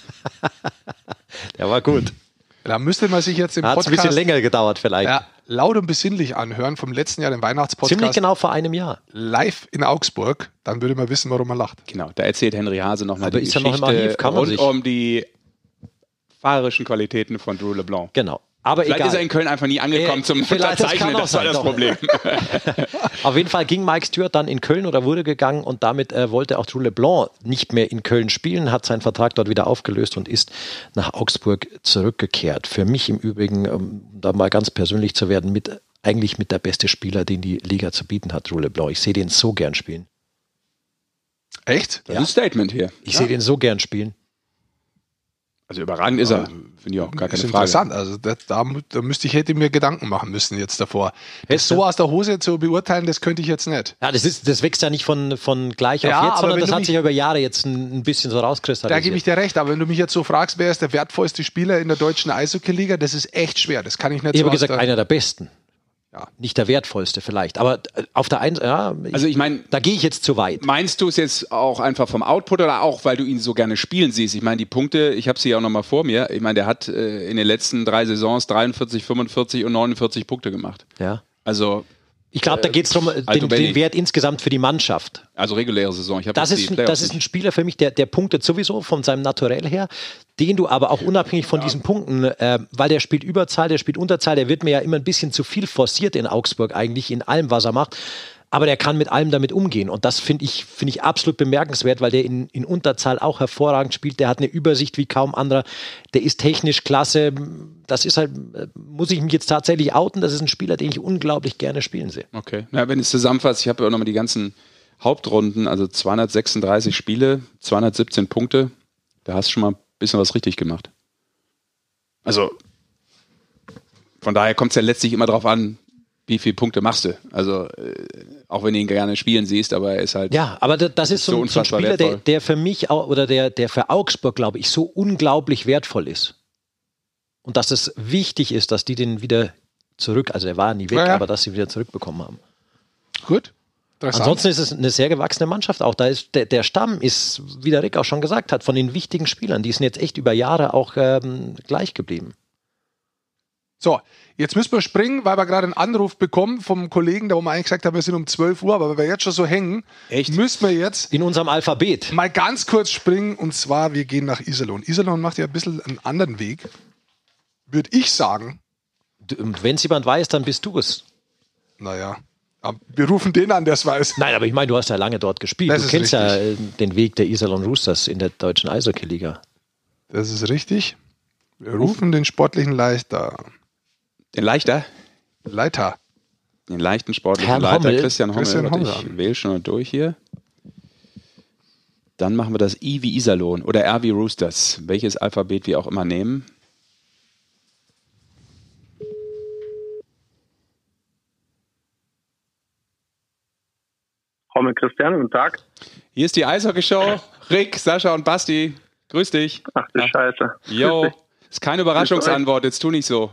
Der war gut. Da müsste man sich jetzt im Hat es ein Podcast bisschen länger gedauert vielleicht. ja, laut und besinnlich anhören vom letzten Jahr, den Weihnachtspodcast, Ziemlich genau vor einem Jahr. live in Augsburg. Dann würde man wissen, warum man lacht. Genau, da erzählt Henry Hase nochmal Aber die ist er noch im Geschichte Archiv? Kann man rund sich- um die fahrerischen Qualitäten von Drew Leblanc. Genau. Aber Vielleicht egal. ist er in Köln einfach nie angekommen Äh, zum vielleicht, das Unterzeichnen, kann auch das war sein, das doch. Problem. Auf jeden Fall ging Mike Stewart dann in Köln oder wurde gegangen und damit äh, wollte auch Drew Leblanc nicht mehr in Köln spielen, hat seinen Vertrag dort wieder aufgelöst und ist nach Augsburg zurückgekehrt. Für mich im Übrigen, um da mal ganz persönlich zu werden, mit eigentlich mit der beste Spieler, den die Liga zu bieten hat, Drew Leblanc. Ich sehe den so gern spielen. Echt? Das ist ein Statement hier. Ich sehe den so gern spielen. Also überragend ist er, finde ich auch, gar Das keine ist Frage. interessant. Also da, da, da müsste ich, hätte mir Gedanken machen müssen jetzt davor. Das so aus der Hose zu beurteilen, das könnte ich jetzt nicht. Ja, das, ist, das wächst ja nicht von, von gleich Ja, auf jetzt, aber sondern wenn das du hat mich- sich ja über Jahre jetzt ein, ein bisschen so Da rauskristallisiert. gebe ich dir recht. Aber wenn du mich jetzt so fragst, wer ist der wertvollste Spieler in der deutschen Eishockey-Liga, das ist echt schwer. Das kann ich nicht Ich so habe aus gesagt, der- einer der besten. Ja. Nicht der wertvollste vielleicht. Aber äh, auf der einen ja, ich, Also ich meine, da gehe ich jetzt zu weit. meinst du es jetzt auch einfach vom Output oder auch, weil du ihn so gerne spielen siehst? Ich meine, die Punkte, ich habe sie ja auch nochmal vor mir. Ich meine, der hat äh, in den letzten drei Saisons dreiundvierzig, fünfundvierzig und neunundvierzig Punkte gemacht. Ja. Also, Ich glaube, da geht es darum, den, Alto Belli. den Wert insgesamt für die Mannschaft. also reguläre Saison. Ich habe Das jetzt ist, die ein, das Playoffs ist ein nicht. Spieler für mich, der, der punktet sowieso von seinem Naturell her, den du aber auch unabhängig von diesen Punkten, äh, weil der spielt Überzahl, der spielt Unterzahl, der wird mir ja immer ein bisschen zu viel forciert in Augsburg eigentlich, in allem, was er macht. Aber der kann mit allem damit umgehen. Und das finde ich, finde ich absolut bemerkenswert, weil der in, in Unterzahl auch hervorragend spielt. Der hat eine Übersicht wie kaum anderer. Der ist technisch klasse. Das ist halt, äh, muss ich mich jetzt tatsächlich outen, das ist ein Spieler, den ich unglaublich gerne spielen sehe. Okay. Ja, wenn ich es zusammenfasse, ich habe ja auch nochmal die ganzen Hauptrunden, also zweihundertsechsunddreißig Spiele, zweihundertsiebzehn Punkte. Da hast du schon mal ein bisschen was richtig gemacht. Also, von daher kommt es ja letztlich immer darauf an, wie viele Punkte machst du. Also, äh, auch wenn du ihn gerne spielen siehst, aber er ist halt. Ja, aber da- das ist so, so ein- so ein unfassbar Spieler, der, wertvoll. der für mich auch, oder der, der für Augsburg, glaube ich, so unglaublich wertvoll ist. Und dass es wichtig ist, dass die den wieder zurück, also er war nie weg, Ja, ja. aber dass sie wieder zurückbekommen haben. Gut. Interessant. Ansonsten ist es eine sehr gewachsene Mannschaft auch. Da ist der, der Stamm ist, wie der Rick auch schon gesagt hat, von den wichtigen Spielern, die sind jetzt echt über Jahre auch ähm, gleich geblieben. So, jetzt müssen wir springen, weil wir gerade einen Anruf bekommen vom Kollegen, da wo wir eigentlich gesagt haben, wir sind um zwölf Uhr, aber weil wir jetzt schon so hängen, Echt? müssen wir jetzt in unserem Alphabet mal ganz kurz springen, und zwar, wir gehen nach Iserlohn. Iserlohn macht ja ein bisschen einen anderen Weg, würde ich sagen. Und wenn es jemand weiß, dann bist du es. Naja, wir rufen den an, der es weiß. Nein, aber ich meine, du hast ja lange dort gespielt. Das du ist kennst richtig. ja den Weg der Iserlohn Roosters in der deutschen Eishockey-Liga. Das ist richtig. Wir rufen den sportlichen Leiter. Den Leichter? Leiter. Den leichten sportlichen Herrn Leiter, Hommel. Christian Hommel. Christian Warte, Hommel. ich wähle schon mal durch hier. Dann machen wir das I wie Iserlohn oder R wie Roosters. Welches Alphabet wir auch immer nehmen. Hommel Christian, guten Tag. Hier ist die Eishockey-Show. Rick, Sascha und Basti. Grüß dich. Ach du Scheiße. Jo, ist keine Überraschungsantwort, jetzt tu nicht so.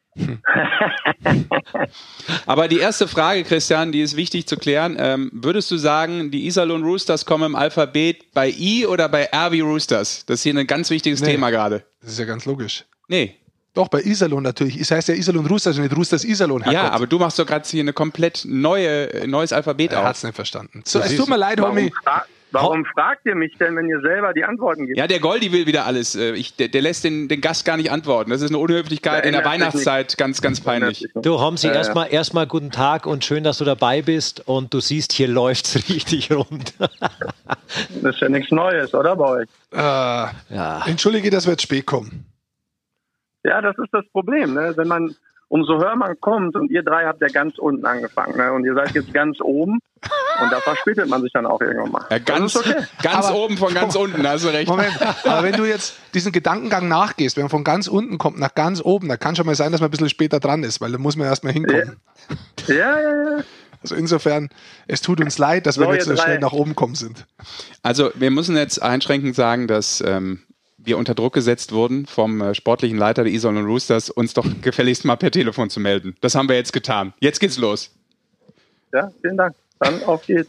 Aber die erste Frage, Christian, die ist wichtig zu klären. Ähm, würdest du sagen, die Iserlohn Roosters kommen im Alphabet bei I oder bei R wie Roosters? Das ist hier ein ganz wichtiges Nee. Thema gerade. Das ist ja ganz logisch. Nee. Doch, bei Iserlohn natürlich. Es heißt ja Iserlohn Roosters und nicht Roosters Iserlohn. Ja, Herrgott. aber du machst doch gerade hier eine komplett neue, neues Alphabet Er auf. hat es nicht verstanden. So, es tut mir leid, Warum, Homie. fra warum fragt ihr mich denn, wenn ihr selber die Antworten gebt? Ja, der Goldi will wieder alles. Äh, Ich, der, der lässt den, den Gast gar nicht antworten. Das ist eine Unhöflichkeit Der in der ändert sich Weihnachtszeit. Ganz, ganz peinlich. Du, Homsi, Ja, ja. erstmal erstmal guten Tag und schön, dass du dabei bist. Und du siehst, hier läuft's richtig rund. Das ist ja nichts Neues, oder bei euch? Äh, Ja. Entschuldige, dass wir jetzt spät kommen. Ja, das ist das Problem. Ne? Wenn man, umso höher man kommt, und ihr drei habt ja ganz unten angefangen, ne? Und ihr seid jetzt ganz oben, und da verspätet man sich dann auch irgendwann mal. Ja, ganz das ist okay. ganz Aber- oben von ganz unten, da hast du recht. Moment, aber wenn du jetzt diesen Gedankengang nachgehst, wenn man von ganz unten kommt nach ganz oben, dann kann schon mal sein, dass man ein bisschen später dran ist, weil da muss man erst mal hinkommen. Ja, ja, ja. Also insofern, es tut uns leid, dass wir So, nicht so ihr drei. schnell nach oben gekommen sind. Also wir müssen jetzt einschränkend sagen, dass ähm, wir unter Druck gesetzt wurden vom äh, sportlichen Leiter der Iserlohn Roosters, uns doch gefälligst mal per Telefon zu melden. Das haben wir jetzt getan. Jetzt geht's los. Ja, vielen Dank. Dann auf geht's.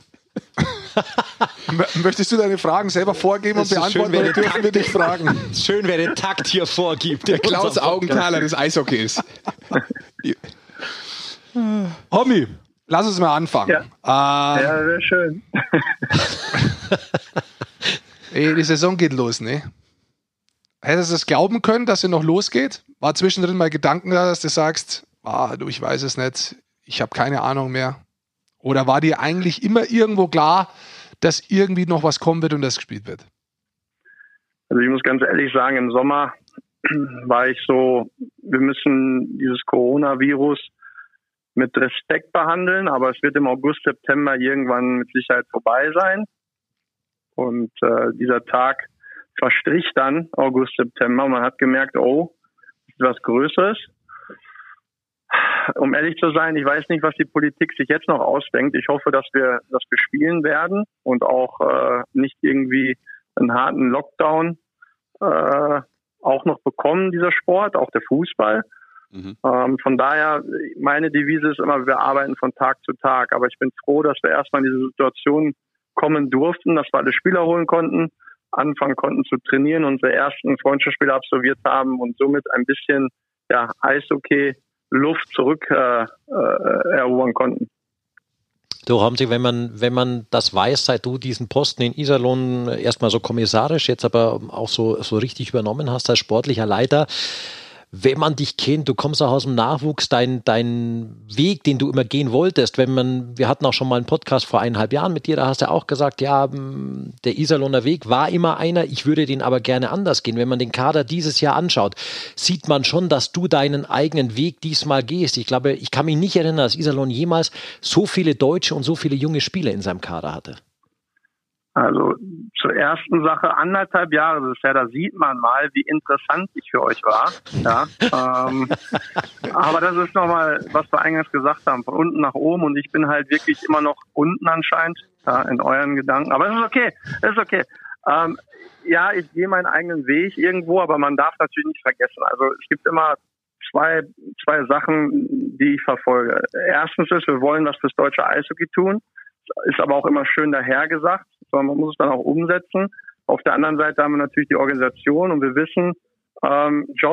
M- Möchtest du deine Fragen selber vorgeben und Es ist beantworten, schön, wenn oder der dürfen wir dich fragen? Schön, wer den Takt hier vorgibt. Der Klaus Augenthaler des Eishockeys. Hommi, lass uns mal anfangen. Ja. Ähm, Ja, sehr schön. ey, die Saison geht los, ne? Hättest du es glauben können, dass sie noch losgeht? War zwischendrin mal Gedanken da, dass du sagst, ah, du, ich weiß es nicht, ich habe keine Ahnung mehr? Oder war dir eigentlich immer irgendwo klar, dass irgendwie noch was kommen wird und das gespielt wird? Also ich muss ganz ehrlich sagen, im Sommer war ich so, wir müssen dieses Coronavirus mit Respekt behandeln, aber es wird im August, September irgendwann mit Sicherheit vorbei sein. Und äh, dieser Tag verstrich dann, August, September. Man hat gemerkt, oh, das ist was Größeres. Um ehrlich zu sein, ich weiß nicht, was die Politik sich jetzt noch ausdenkt. Ich hoffe, dass wir das bespielen werden und auch äh, nicht irgendwie einen harten Lockdown äh, auch noch bekommen, dieser Sport, auch der Fußball. Mhm. Ähm, von daher, meine Devise ist immer, wir arbeiten von Tag zu Tag. Aber ich bin froh, dass wir erstmal in diese Situation kommen durften, dass wir alle Spieler holen konnten, anfangen konnten zu trainieren, unsere ersten Freundschaftsspiele absolviert haben und somit ein bisschen ja, Eishockey Luft zurück äh, äh, erobern konnten. Du, Homsi, wenn man, wenn man das weiß, seit du diesen Posten in Iserlohn erstmal so kommissarisch, jetzt aber auch so, so richtig übernommen hast als sportlicher Leiter, wenn man dich kennt, du kommst auch aus dem Nachwuchs, dein, dein Weg, den du immer gehen wolltest, wenn man, wir hatten auch schon mal einen Podcast vor eineinhalb Jahren mit dir, da hast du auch gesagt, ja, der Iserlohner Weg war immer einer, ich würde den aber gerne anders gehen. Wenn man den Kader dieses Jahr anschaut, sieht man schon, dass du deinen eigenen Weg diesmal gehst. Ich glaube, ich kann mich nicht erinnern, dass Iserlohn jemals so viele Deutsche und so viele junge Spieler in seinem Kader hatte. Also zur ersten Sache, anderthalb Jahre ist es ja, da sieht man mal, wie interessant ich für euch war. Ja, ähm, aber das ist nochmal, was wir eingangs gesagt haben, von unten nach oben und ich bin halt wirklich immer noch unten anscheinend, ja, in euren Gedanken. Aber es ist okay, es ist okay. Ähm, ja, ich gehe meinen eigenen Weg irgendwo, aber man darf natürlich nicht vergessen. Also es gibt immer zwei, zwei Sachen, die ich verfolge. Erstens ist, wir wollen was fürs deutsche Eishockey tun. Ist aber auch immer schön dahergesagt, sondern man muss es dann auch umsetzen. Auf der anderen Seite haben wir natürlich die Organisation und wir wissen, ähm, Jobs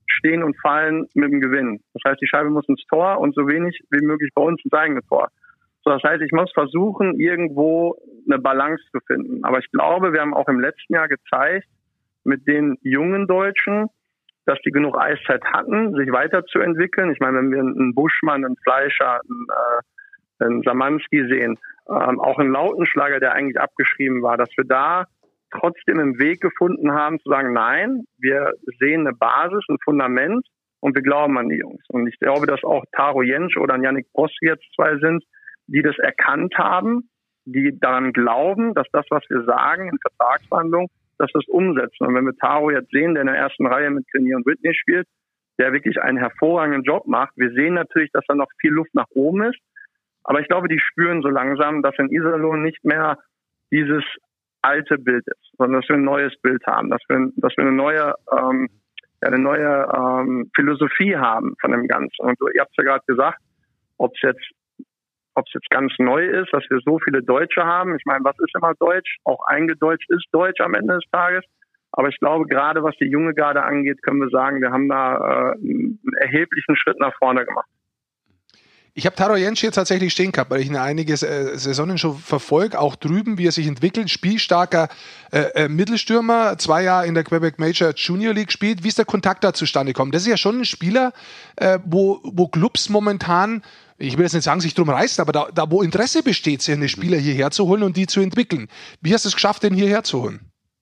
stehen und fallen mit dem Gewinn. Das heißt, die Scheibe muss ins Tor und so wenig wie möglich bei uns ins eigene Tor. So, das heißt, ich muss versuchen, irgendwo eine Balance zu finden. Aber ich glaube, wir haben auch im letzten Jahr gezeigt, mit den jungen Deutschen, dass die genug Eiszeit hatten, sich weiterzuentwickeln. Ich meine, wenn wir einen Buschmann, einen Fleischer, einen, äh, einen Samanski sehen, ähm, auch einen Lautenschlager, der eigentlich abgeschrieben war, dass wir da trotzdem einen Weg gefunden haben, zu sagen, nein, wir sehen eine Basis, ein Fundament und wir glauben an die Jungs. Und ich glaube, dass auch Taro Jentsch oder ein Yannick Broski jetzt zwei sind, die das erkannt haben, die daran glauben, dass das, was wir sagen in Vertragsverhandlungen, dass wir es umsetzen. Und wenn wir Taro jetzt sehen, der in der ersten Reihe mit Grenier und Whitney spielt, der wirklich einen hervorragenden Job macht. Wir sehen natürlich, dass da noch viel Luft nach oben ist. Aber ich glaube, die spüren so langsam, dass in Iserlohn nicht mehr dieses alte Bild ist, sondern dass wir ein neues Bild haben, dass wir, dass wir eine neue, ähm, ja, eine neue ähm, Philosophie haben von dem Ganzen. Und ihr habt es ja gerade gesagt, ob es jetzt ob es jetzt ganz neu ist, dass wir so viele Deutsche haben. Ich meine, was ist immer Deutsch? Auch eingedeutscht ist Deutsch am Ende des Tages. Aber ich glaube, gerade was die junge Garde angeht, können wir sagen, wir haben da äh, einen erheblichen Schritt nach vorne gemacht. Ich habe Taro Jentsch hier tatsächlich stehen gehabt, weil ich ihn einige äh, Saisonen schon verfolge, auch drüben, wie er sich entwickelt. Spielstarker äh, äh, Mittelstürmer, zwei Jahre in der Quebec Major Junior League spielt. Wie ist der Kontakt da zustande gekommen? Das ist ja schon ein Spieler, äh, wo, wo Clubs momentan, ich will jetzt nicht sagen, sich drum reißen, aber da, da wo Interesse besteht, sich eine Spieler hierher zu holen und die zu entwickeln. Wie hast du es geschafft, den hierher zu holen?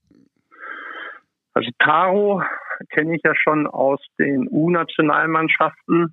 Also Taro kenne ich ja schon aus den U-Nationalmannschaften.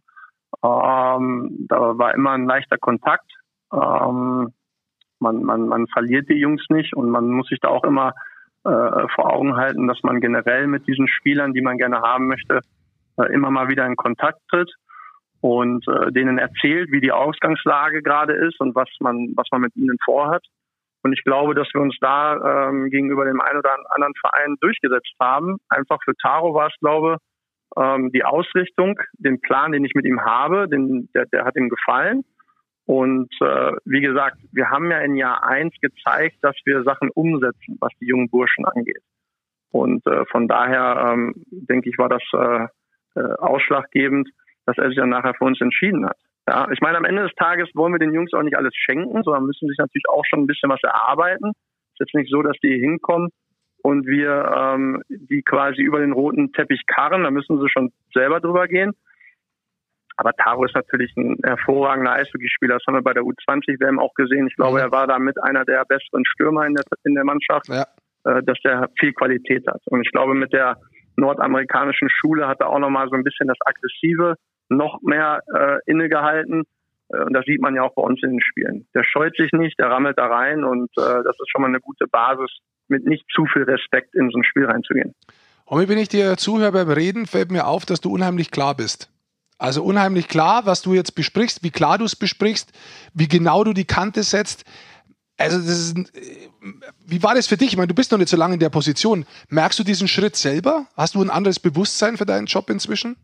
Ähm, da war immer ein leichter Kontakt. Ähm, man, man, man verliert die Jungs nicht und man muss sich da auch immer äh, vor Augen halten, dass man generell mit diesen Spielern, die man gerne haben möchte, äh, immer mal wieder in Kontakt tritt und äh, denen erzählt, wie die Ausgangslage gerade ist und was man, was man mit ihnen vorhat. Und ich glaube, dass wir uns da ähm, gegenüber dem einen oder anderen Verein durchgesetzt haben. Einfach für Taro war es, glaube ich, ähm, die Ausrichtung, den Plan, den ich mit ihm habe, den, der, der hat ihm gefallen. Und äh, wie gesagt, wir haben ja in Jahr eins gezeigt, dass wir Sachen umsetzen, was die jungen Burschen angeht. Und äh, von daher, ähm, denke ich, war das äh, äh, ausschlaggebend, dass er sich dann nachher für uns entschieden hat. Ja, ich meine, am Ende des Tages wollen wir den Jungs auch nicht alles schenken, sondern müssen sich natürlich auch schon ein bisschen was erarbeiten. Es ist jetzt nicht so, dass die hier hinkommen und wir ähm, die quasi über den roten Teppich karren, da müssen sie schon selber drüber gehen. Aber Taro ist natürlich ein hervorragender Eishockeyspieler, das haben wir bei der U zwanzig W M auch gesehen. Ich glaube, er war da mit einer der besseren Stürmer in der, in der Mannschaft, ja. äh, dass der viel Qualität hat. Und ich glaube, mit der nordamerikanischen Schule hat er auch nochmal so ein bisschen das Aggressive noch mehr äh, innegehalten. Äh, und das sieht man ja auch bei uns in den Spielen. Der scheut sich nicht, der rammelt da rein und äh, das ist schon mal eine gute Basis, mit nicht zu viel Respekt in so ein Spiel reinzugehen. Homie, wenn ich dir zuhöre beim Reden, fällt mir auf, dass du unheimlich klar bist. Also unheimlich klar, was du jetzt besprichst, wie klar du es besprichst, wie genau du die Kante setzt. Also das ist, wie war das für dich? Ich meine, du bist noch nicht so lange in der Position. Merkst du diesen Schritt selber? Hast du ein anderes Bewusstsein für deinen Job inzwischen?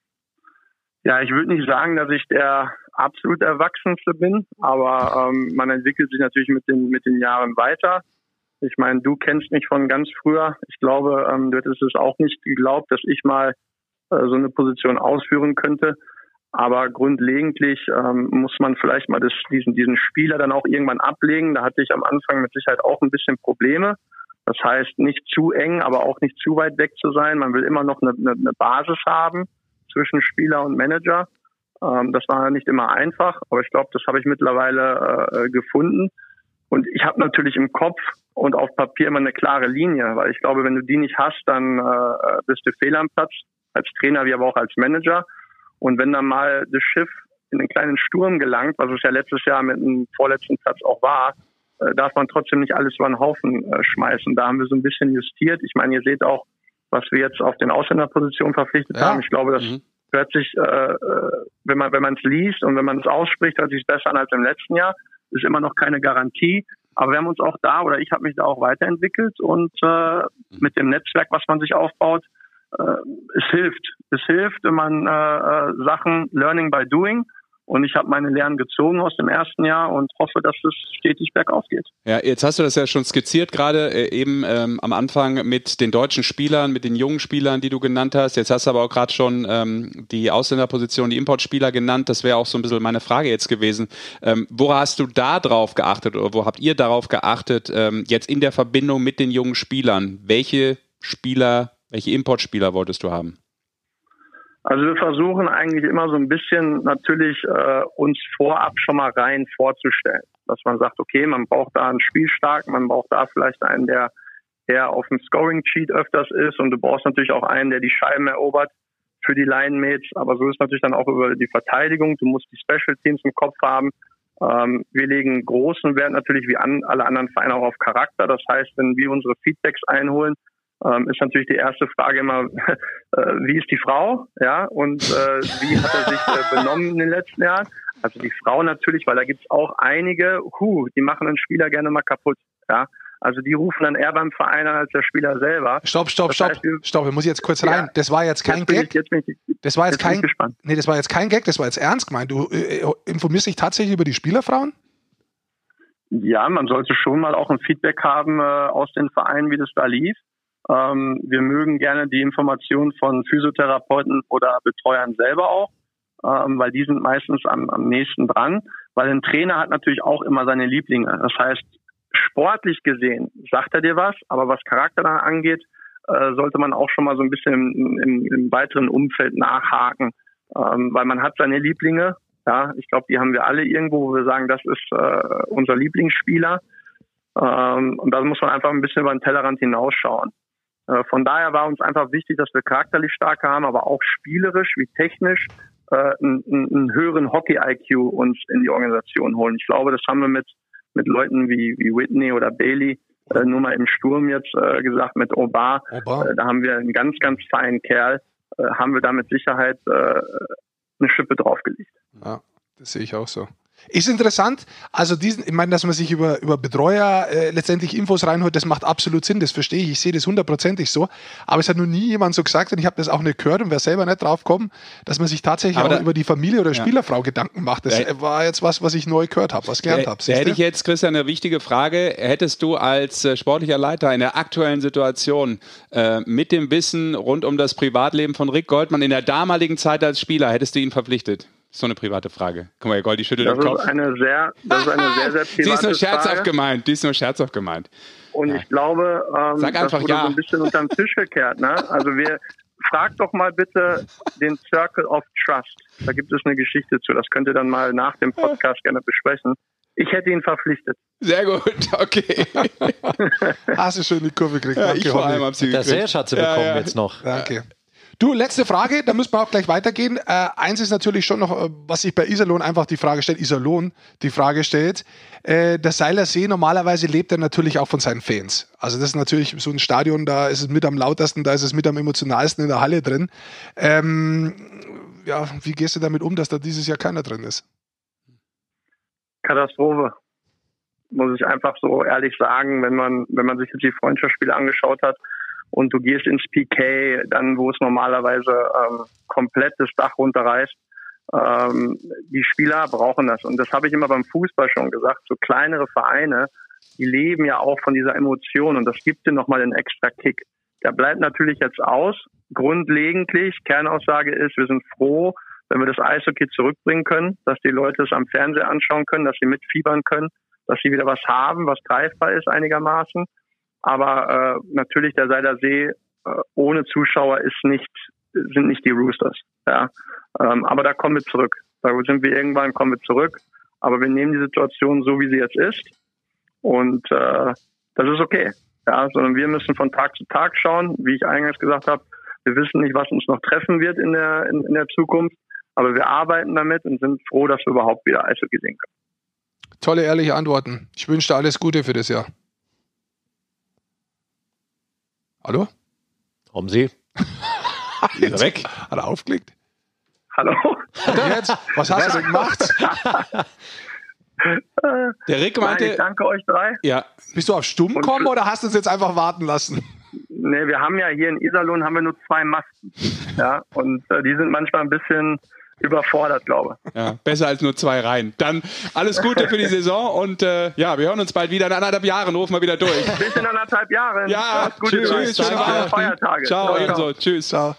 Ja, ich würde nicht sagen, dass ich der absolut Erwachsenste bin, aber ähm, man entwickelt sich natürlich mit den mit den Jahren weiter. Ich meine, du kennst mich von ganz früher. Ich glaube, ähm, du hättest es auch nicht geglaubt, dass ich mal äh, so eine Position ausführen könnte. Aber grundlegentlich ähm, muss man vielleicht mal das, diesen diesen Spieler dann auch irgendwann ablegen. Da hatte ich am Anfang mit Sicherheit auch ein bisschen Probleme. Das heißt, nicht zu eng, aber auch nicht zu weit weg zu sein. Man will immer noch eine, eine, eine Basis haben zwischen Spieler und Manager. Ähm, das war nicht immer einfach, aber ich glaube, das habe ich mittlerweile äh, gefunden. Und ich habe natürlich im Kopf und auf Papier immer eine klare Linie, weil ich glaube, wenn du die nicht hast, dann äh, bist du fehl am Platz, als Trainer wie aber auch als Manager. Und wenn dann mal das Schiff in einen kleinen Sturm gelangt, was es ja letztes Jahr mit dem vorletzten Platz auch war, äh, darf man trotzdem nicht alles über den Haufen äh, schmeißen. Da haben wir so ein bisschen justiert. Ich meine, ihr seht auch, was wir jetzt auf den Ausländerpositionen verpflichtet ja. haben. Ich glaube, das mhm. hört sich, äh, wenn man wenn man es liest und wenn man es ausspricht, hört sich es besser an als im letzten Jahr. Ist immer noch keine Garantie. Aber wir haben uns auch da, oder ich habe mich da auch weiterentwickelt und äh, mit dem Netzwerk, was man sich aufbaut, äh, es hilft. Es hilft, wenn man äh, Sachen Learning by Doing Und ich habe meine Lehren gezogen aus dem ersten Jahr und hoffe, dass es stetig bergauf geht. Ja, jetzt hast du das ja schon skizziert, gerade äh, eben ähm, am Anfang mit den deutschen Spielern, mit den jungen Spielern, die du genannt hast. Jetzt hast du aber auch gerade schon ähm, die Ausländerposition, die Importspieler genannt. Das wäre auch so ein bisschen meine Frage jetzt gewesen. Ähm, worauf hast du da drauf geachtet oder wo habt ihr darauf geachtet, ähm, jetzt in der Verbindung mit den jungen Spielern? Welche Spieler, welche Importspieler wolltest du haben? Also wir versuchen eigentlich immer so ein bisschen natürlich äh, uns vorab schon mal rein vorzustellen, dass man sagt, okay, man braucht da einen Spielstarken, man braucht da vielleicht einen, der eher auf dem Scoring-Sheet öfters ist und du brauchst natürlich auch einen, der die Scheiben erobert für die Line-Mates, aber so ist natürlich dann auch über die Verteidigung, du musst die Special Teams im Kopf haben. Ähm, wir legen großen Wert natürlich wie an, alle anderen Vereine auch auf Charakter, das heißt, wenn wir unsere Feedbacks einholen, Ähm, ist natürlich die erste Frage immer, äh, wie ist die Frau, ja, und äh, wie hat er sich äh, benommen in den letzten Jahren? Also die Frau natürlich, weil da gibt's auch einige, huh, die machen einen Spieler gerne mal kaputt, ja. Also die rufen dann eher beim Verein an als der Spieler selber. Stopp, stopp, das stopp, heißt, wir, stopp, ich muss jetzt kurz rein. Ja, das war jetzt kein jetzt bin Gag. Ich, jetzt bin ich, das war jetzt, jetzt bin kein, ich gespannt. Nee, das war jetzt kein Gag, das war jetzt ernst gemeint. Du äh, informierst dich tatsächlich über die Spielerfrauen? Ja, man sollte schon mal auch ein Feedback haben äh, aus den Vereinen, wie das da lief. Ähm, wir mögen gerne die Informationen von Physiotherapeuten oder Betreuern selber auch, ähm, weil die sind meistens am, am nächsten dran. Weil ein Trainer hat natürlich auch immer seine Lieblinge. Das heißt, sportlich gesehen sagt er dir was, aber was Charakter dann angeht, äh, sollte man auch schon mal so ein bisschen im, im, im weiteren Umfeld nachhaken, ähm, weil man hat seine Lieblinge. Ja, ich glaube, die haben wir alle irgendwo, wo wir sagen, das ist äh, unser Lieblingsspieler. Ähm, und da muss man einfach ein bisschen über den Tellerrand hinausschauen. Von daher war uns einfach wichtig, dass wir charakterlich stark haben, aber auch spielerisch wie technisch äh, einen, einen höheren Hockey-I Q uns in die Organisation holen. Ich glaube, das haben wir mit mit Leuten wie wie Whitney oder Bailey äh, nur mal im Sturm jetzt äh, gesagt, mit Obar. Obar. Äh, da haben wir einen ganz, ganz feinen Kerl, äh, haben wir da mit Sicherheit äh, eine Schippe draufgelegt. Ja, das sehe ich auch so. Ist interessant, also diesen, ich meine, dass man sich über, über Betreuer äh, letztendlich Infos reinholt, das macht absolut Sinn, das verstehe ich, ich sehe das hundertprozentig so, aber es hat noch nie jemand so gesagt und ich habe das auch nicht gehört und wäre selber nicht drauf gekommen, dass man sich tatsächlich aber auch da, über die Familie oder ja. Spielerfrau Gedanken macht. Das ja. war jetzt was, was ich neu gehört habe, was gelernt habe. Da hätte ich jetzt, Christian, eine wichtige Frage. Hättest du als äh, sportlicher Leiter in der aktuellen Situation äh, mit dem Wissen rund um das Privatleben von Rick Goldmann in der damaligen Zeit als Spieler, hättest du ihn verpflichtet? So eine private Frage. Guck mal, Goldi schüttelt den Kopf. Das ist eine sehr, das ist eine sehr, sehr private Die ist nur scherzhaft Frage. gemeint. Die ist nur scherzhaft gemeint. Und ja. ich glaube, ähm, Sag einfach das wurde ja. so ein bisschen unterm Tisch gekehrt. Ne? Also wir, frag doch mal bitte den Circle of Trust. Da gibt es eine Geschichte zu. Das könnt ihr dann mal nach dem Podcast gerne besprechen. Ich hätte ihn verpflichtet. Sehr gut, okay. Hast du schön die Kurve gekriegt. Ja, Danke, ich vor allem hab sie Der Seerschatze bekommen ja, ja. jetzt noch. Danke. Du, letzte Frage, da müssen wir auch gleich weitergehen. Äh, eins ist natürlich schon noch, was sich bei Iserlohn einfach die Frage stellt, Iserlohn die Frage stellt. Äh, der Seiler See, normalerweise lebt er natürlich auch von seinen Fans. Also das ist natürlich so ein Stadion, da ist es mit am lautesten, da ist es mit am emotionalsten in der Halle drin. Ähm, ja, wie gehst du damit um, dass da dieses Jahr keiner drin ist? Katastrophe. Muss ich einfach so ehrlich sagen, wenn man, wenn man sich jetzt die Freundschaftsspiele angeschaut hat, und du gehst ins P K, dann wo es normalerweise ähm, komplett das Dach runterreißt. Ähm, die Spieler brauchen das. Und das habe ich immer beim Fußball schon gesagt. So kleinere Vereine, die leben ja auch von dieser Emotion und das gibt dir nochmal einen extra Kick. Der bleibt natürlich jetzt aus. Grundlegentlich, Kernaussage ist, wir sind froh, wenn wir das Eishockey zurückbringen können, dass die Leute es am Fernseher anschauen können, dass sie mitfiebern können, dass sie wieder was haben, was greifbar ist einigermaßen. Aber äh, natürlich der Seiler See äh, ohne Zuschauer ist nicht, sind nicht die Roosters. Ja, ähm, aber da kommen wir zurück. Da sind wir irgendwann, kommen wir zurück. Aber wir nehmen die Situation so, wie sie jetzt ist. Und äh, das ist okay. Ja, sondern wir müssen von Tag zu Tag schauen. Wie ich eingangs gesagt habe, wir wissen nicht, was uns noch treffen wird in der in, in der Zukunft. Aber wir arbeiten damit und sind froh, dass wir überhaupt wieder Eishockey sehen können. Tolle, ehrliche Antworten. Ich wünsche dir alles Gute für das Jahr. Hallo? Haben Sie? Ist er weg? Hat er aufgelegt? Hallo? Jetzt? Was hast du denn gemacht? Der Rick meinte... Nein, ich danke euch drei. Ja. Bist du auf Stumm gekommen oder hast du uns jetzt einfach warten lassen? Nee, wir haben ja hier in Iserlohn haben wir nur zwei Masten. Ja, und äh, die sind manchmal ein bisschen überfordert, glaube ich. Ja, besser als nur zwei Reihen. Dann alles Gute für die Saison und äh, ja, wir hören uns bald wieder. In anderthalb Jahren rufen wir wieder durch. Bis in anderthalb Jahren. Ja, Gute tschüss, schöne Weihnachten. Feiertage. Ciao, Ciao, ebenso. Tschüss. Ciao.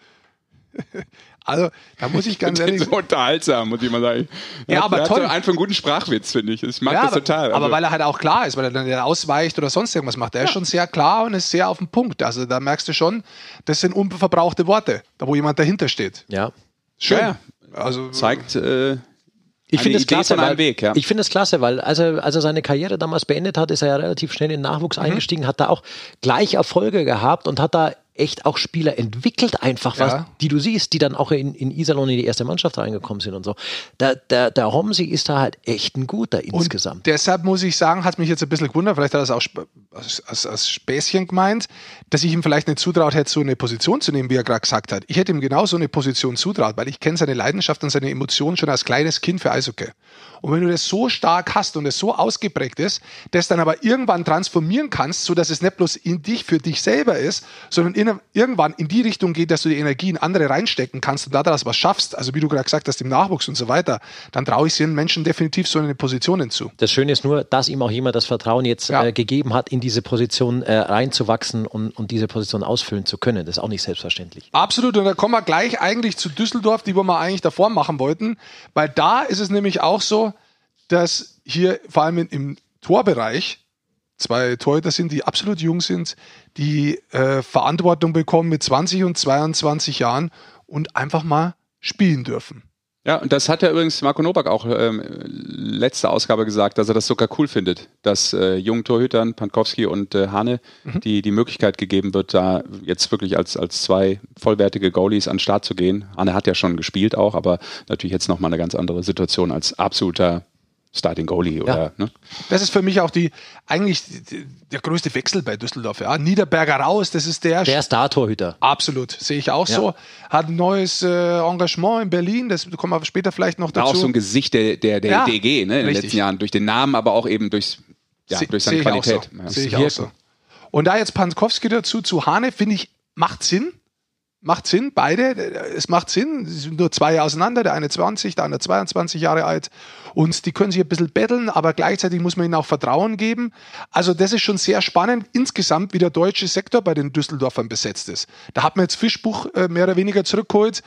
Also, da muss ich ganz ehrlich so unterhaltsam, muss ich mal sagen. Ja, Er aber hat toll. so einen für einen guten Sprachwitz, finde ich. Ich mag ja, das aber, total. Also, aber weil er halt auch klar ist, weil er dann ausweicht oder sonst irgendwas macht. Er ist schon sehr klar und ist sehr auf den Punkt. Also da merkst du schon, das sind unverbrauchte Worte, da wo jemand dahinter steht. Ja. Schön. Ja, Also zeigt äh, Ich finde es Idee klasse, von einem weil, Weg, ja. ich finde es klasse, weil als er, als er seine Karriere damals beendet hat, ist er ja relativ schnell in den Nachwuchs Mhm. eingestiegen, hat da auch gleich Erfolge gehabt und hat da echt auch Spieler entwickelt, einfach was, Ja. die du siehst, die dann auch in, in Iserlohn in die erste Mannschaft reingekommen sind und so. Der, der, der Homsi ist da halt echt ein guter insgesamt. Und deshalb muss ich sagen, hat mich jetzt ein bisschen gewundert, vielleicht hat er das auch sp- als, als, als Späßchen gemeint, dass ich ihm vielleicht nicht zutraut hätte, so eine Position zu nehmen, wie er gerade gesagt hat. Ich hätte ihm genau so eine Position zutraut, weil ich kenne seine Leidenschaft und seine Emotionen schon als kleines Kind für Eishockey. Und wenn du das so stark hast und es so ausgeprägt ist, das dann aber irgendwann transformieren kannst, sodass es nicht bloß in dich, für dich selber ist, sondern in, irgendwann in die Richtung geht, dass du die Energie in andere reinstecken kannst und daraus was schaffst, also wie du gerade gesagt hast, im Nachwuchs und so weiter, dann traue ich den Menschen definitiv so eine Position hinzu. Das Schöne ist nur, dass ihm auch jemand das Vertrauen jetzt Ja. äh, gegeben hat, in diese Position äh, reinzuwachsen und, und diese Position ausfüllen zu können. Das ist auch nicht selbstverständlich. Absolut, und da kommen wir gleich eigentlich zu Düsseldorf, die wir mal eigentlich davor machen wollten, weil da ist es nämlich auch so, dass hier vor allem im Torbereich zwei Torhüter sind, die absolut jung sind, die äh, Verantwortung bekommen mit zwanzig und zweiundzwanzig Jahren und einfach mal spielen dürfen. Ja, und das hat ja übrigens Marco Nowak auch ähm, letzte Ausgabe gesagt, dass er das sogar cool findet, dass äh, jungen Torhütern, Pankowski und äh, Hane, Mhm. die die Möglichkeit gegeben wird, da jetzt wirklich als, als zwei vollwertige Goalies an den Start zu gehen. Hane hat ja schon gespielt auch, aber natürlich jetzt nochmal eine ganz andere Situation als absoluter Starting Goalie. Oder, ne? Das ist für mich auch die eigentlich die, der größte Wechsel bei Düsseldorf. Ja. Niederberger raus, das ist der. Der Star-Torhüter. Absolut, sehe ich auch Ja. so. Hat ein neues äh, Engagement in Berlin, das kommen wir später vielleicht noch War dazu. auch so ein Gesicht der, der, der Ja, D G ne, in den richtig. letzten Jahren, durch den Namen, aber auch eben durchs, ja, Se- durch seine sehe ich auch Qualität. so. Ja. Sehe ich auch so. Und da jetzt Pankowski dazu zu Hane, finde ich, macht Sinn. Macht Sinn, beide. Es macht Sinn. Sie sind nur zwei Jahre auseinander, der eine zwanzig, der andere zweiundzwanzig Jahre alt. Und die können sich ein bisschen betteln, aber gleichzeitig muss man ihnen auch Vertrauen geben. Also das ist schon sehr spannend insgesamt, wie der deutsche Sektor bei den Düsseldorfern besetzt ist. Da hat man jetzt Fischbuch äh, mehr oder weniger zurückgeholt,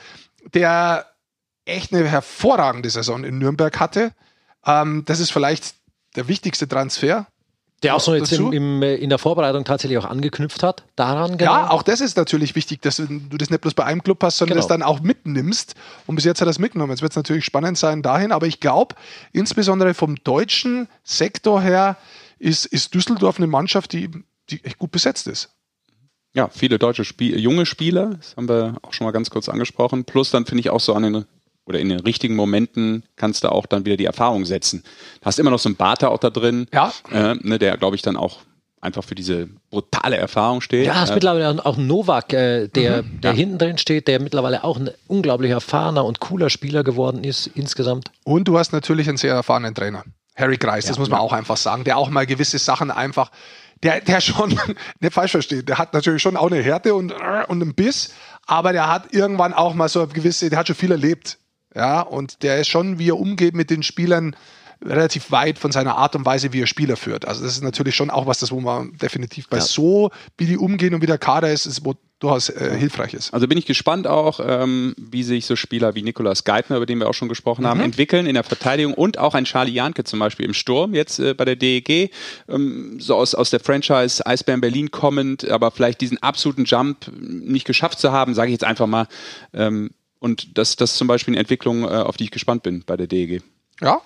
der echt eine hervorragende Saison in Nürnberg hatte. Ähm, das ist vielleicht der wichtigste Transfer. Der auch so jetzt dazu? im, im, äh, in der Vorbereitung tatsächlich auch angeknüpft hat. Daran genau. Ja, auch das ist natürlich wichtig, dass du das nicht bloß bei einem Club hast, sondern Genau. das dann auch mitnimmst. Und bis jetzt hat er es mitgenommen. Jetzt wird es natürlich spannend sein dahin. Aber ich glaube, insbesondere vom deutschen Sektor her ist, ist Düsseldorf eine Mannschaft, die, die echt gut besetzt ist. Ja, viele deutsche Spie- junge Spieler, das haben wir auch schon mal ganz kurz angesprochen. Plus dann finde ich auch so an den, oder in den richtigen Momenten kannst du auch dann wieder die Erfahrung setzen. Du hast immer noch so einen Barter auch da drin, Ja. äh, ne, der, glaube ich, dann auch einfach für diese brutale Erfahrung steht. Ja, hast Äh, mittlerweile auch einen Novak, äh, der, der Ja. hinten drin steht, der mittlerweile auch ein unglaublich erfahrener und cooler Spieler geworden ist insgesamt. Und du hast natürlich einen sehr erfahrenen Trainer. Harry Kreis, das muss man auch einfach sagen, der auch mal gewisse Sachen einfach, der, der schon, nicht falsch versteht, der hat natürlich schon auch eine Härte und, und einen Biss, aber der hat irgendwann auch mal so eine gewisse, der hat schon viel erlebt. Ja, und der ist schon, wie er umgeht mit den Spielern, relativ weit von seiner Art und Weise, wie er Spieler führt. Also das ist natürlich schon auch was, das wo man definitiv bei Ja. so, wie die umgehen und wie der Kader ist, ist wo durchaus äh, hilfreich ist. Also bin ich gespannt auch, ähm, wie sich so Spieler wie Nikolaus Geithner, über den wir auch schon gesprochen haben, entwickeln in der Verteidigung und auch ein Charlie Janke zum Beispiel im Sturm, jetzt äh, bei der D E G, ähm, so aus, aus der Franchise Eisbären Berlin kommend, aber vielleicht diesen absoluten Jump nicht geschafft zu haben, sage ich jetzt einfach mal. Ähm, und das, das ist zum Beispiel eine Entwicklung, äh, auf die ich gespannt bin bei der D E G. Ja,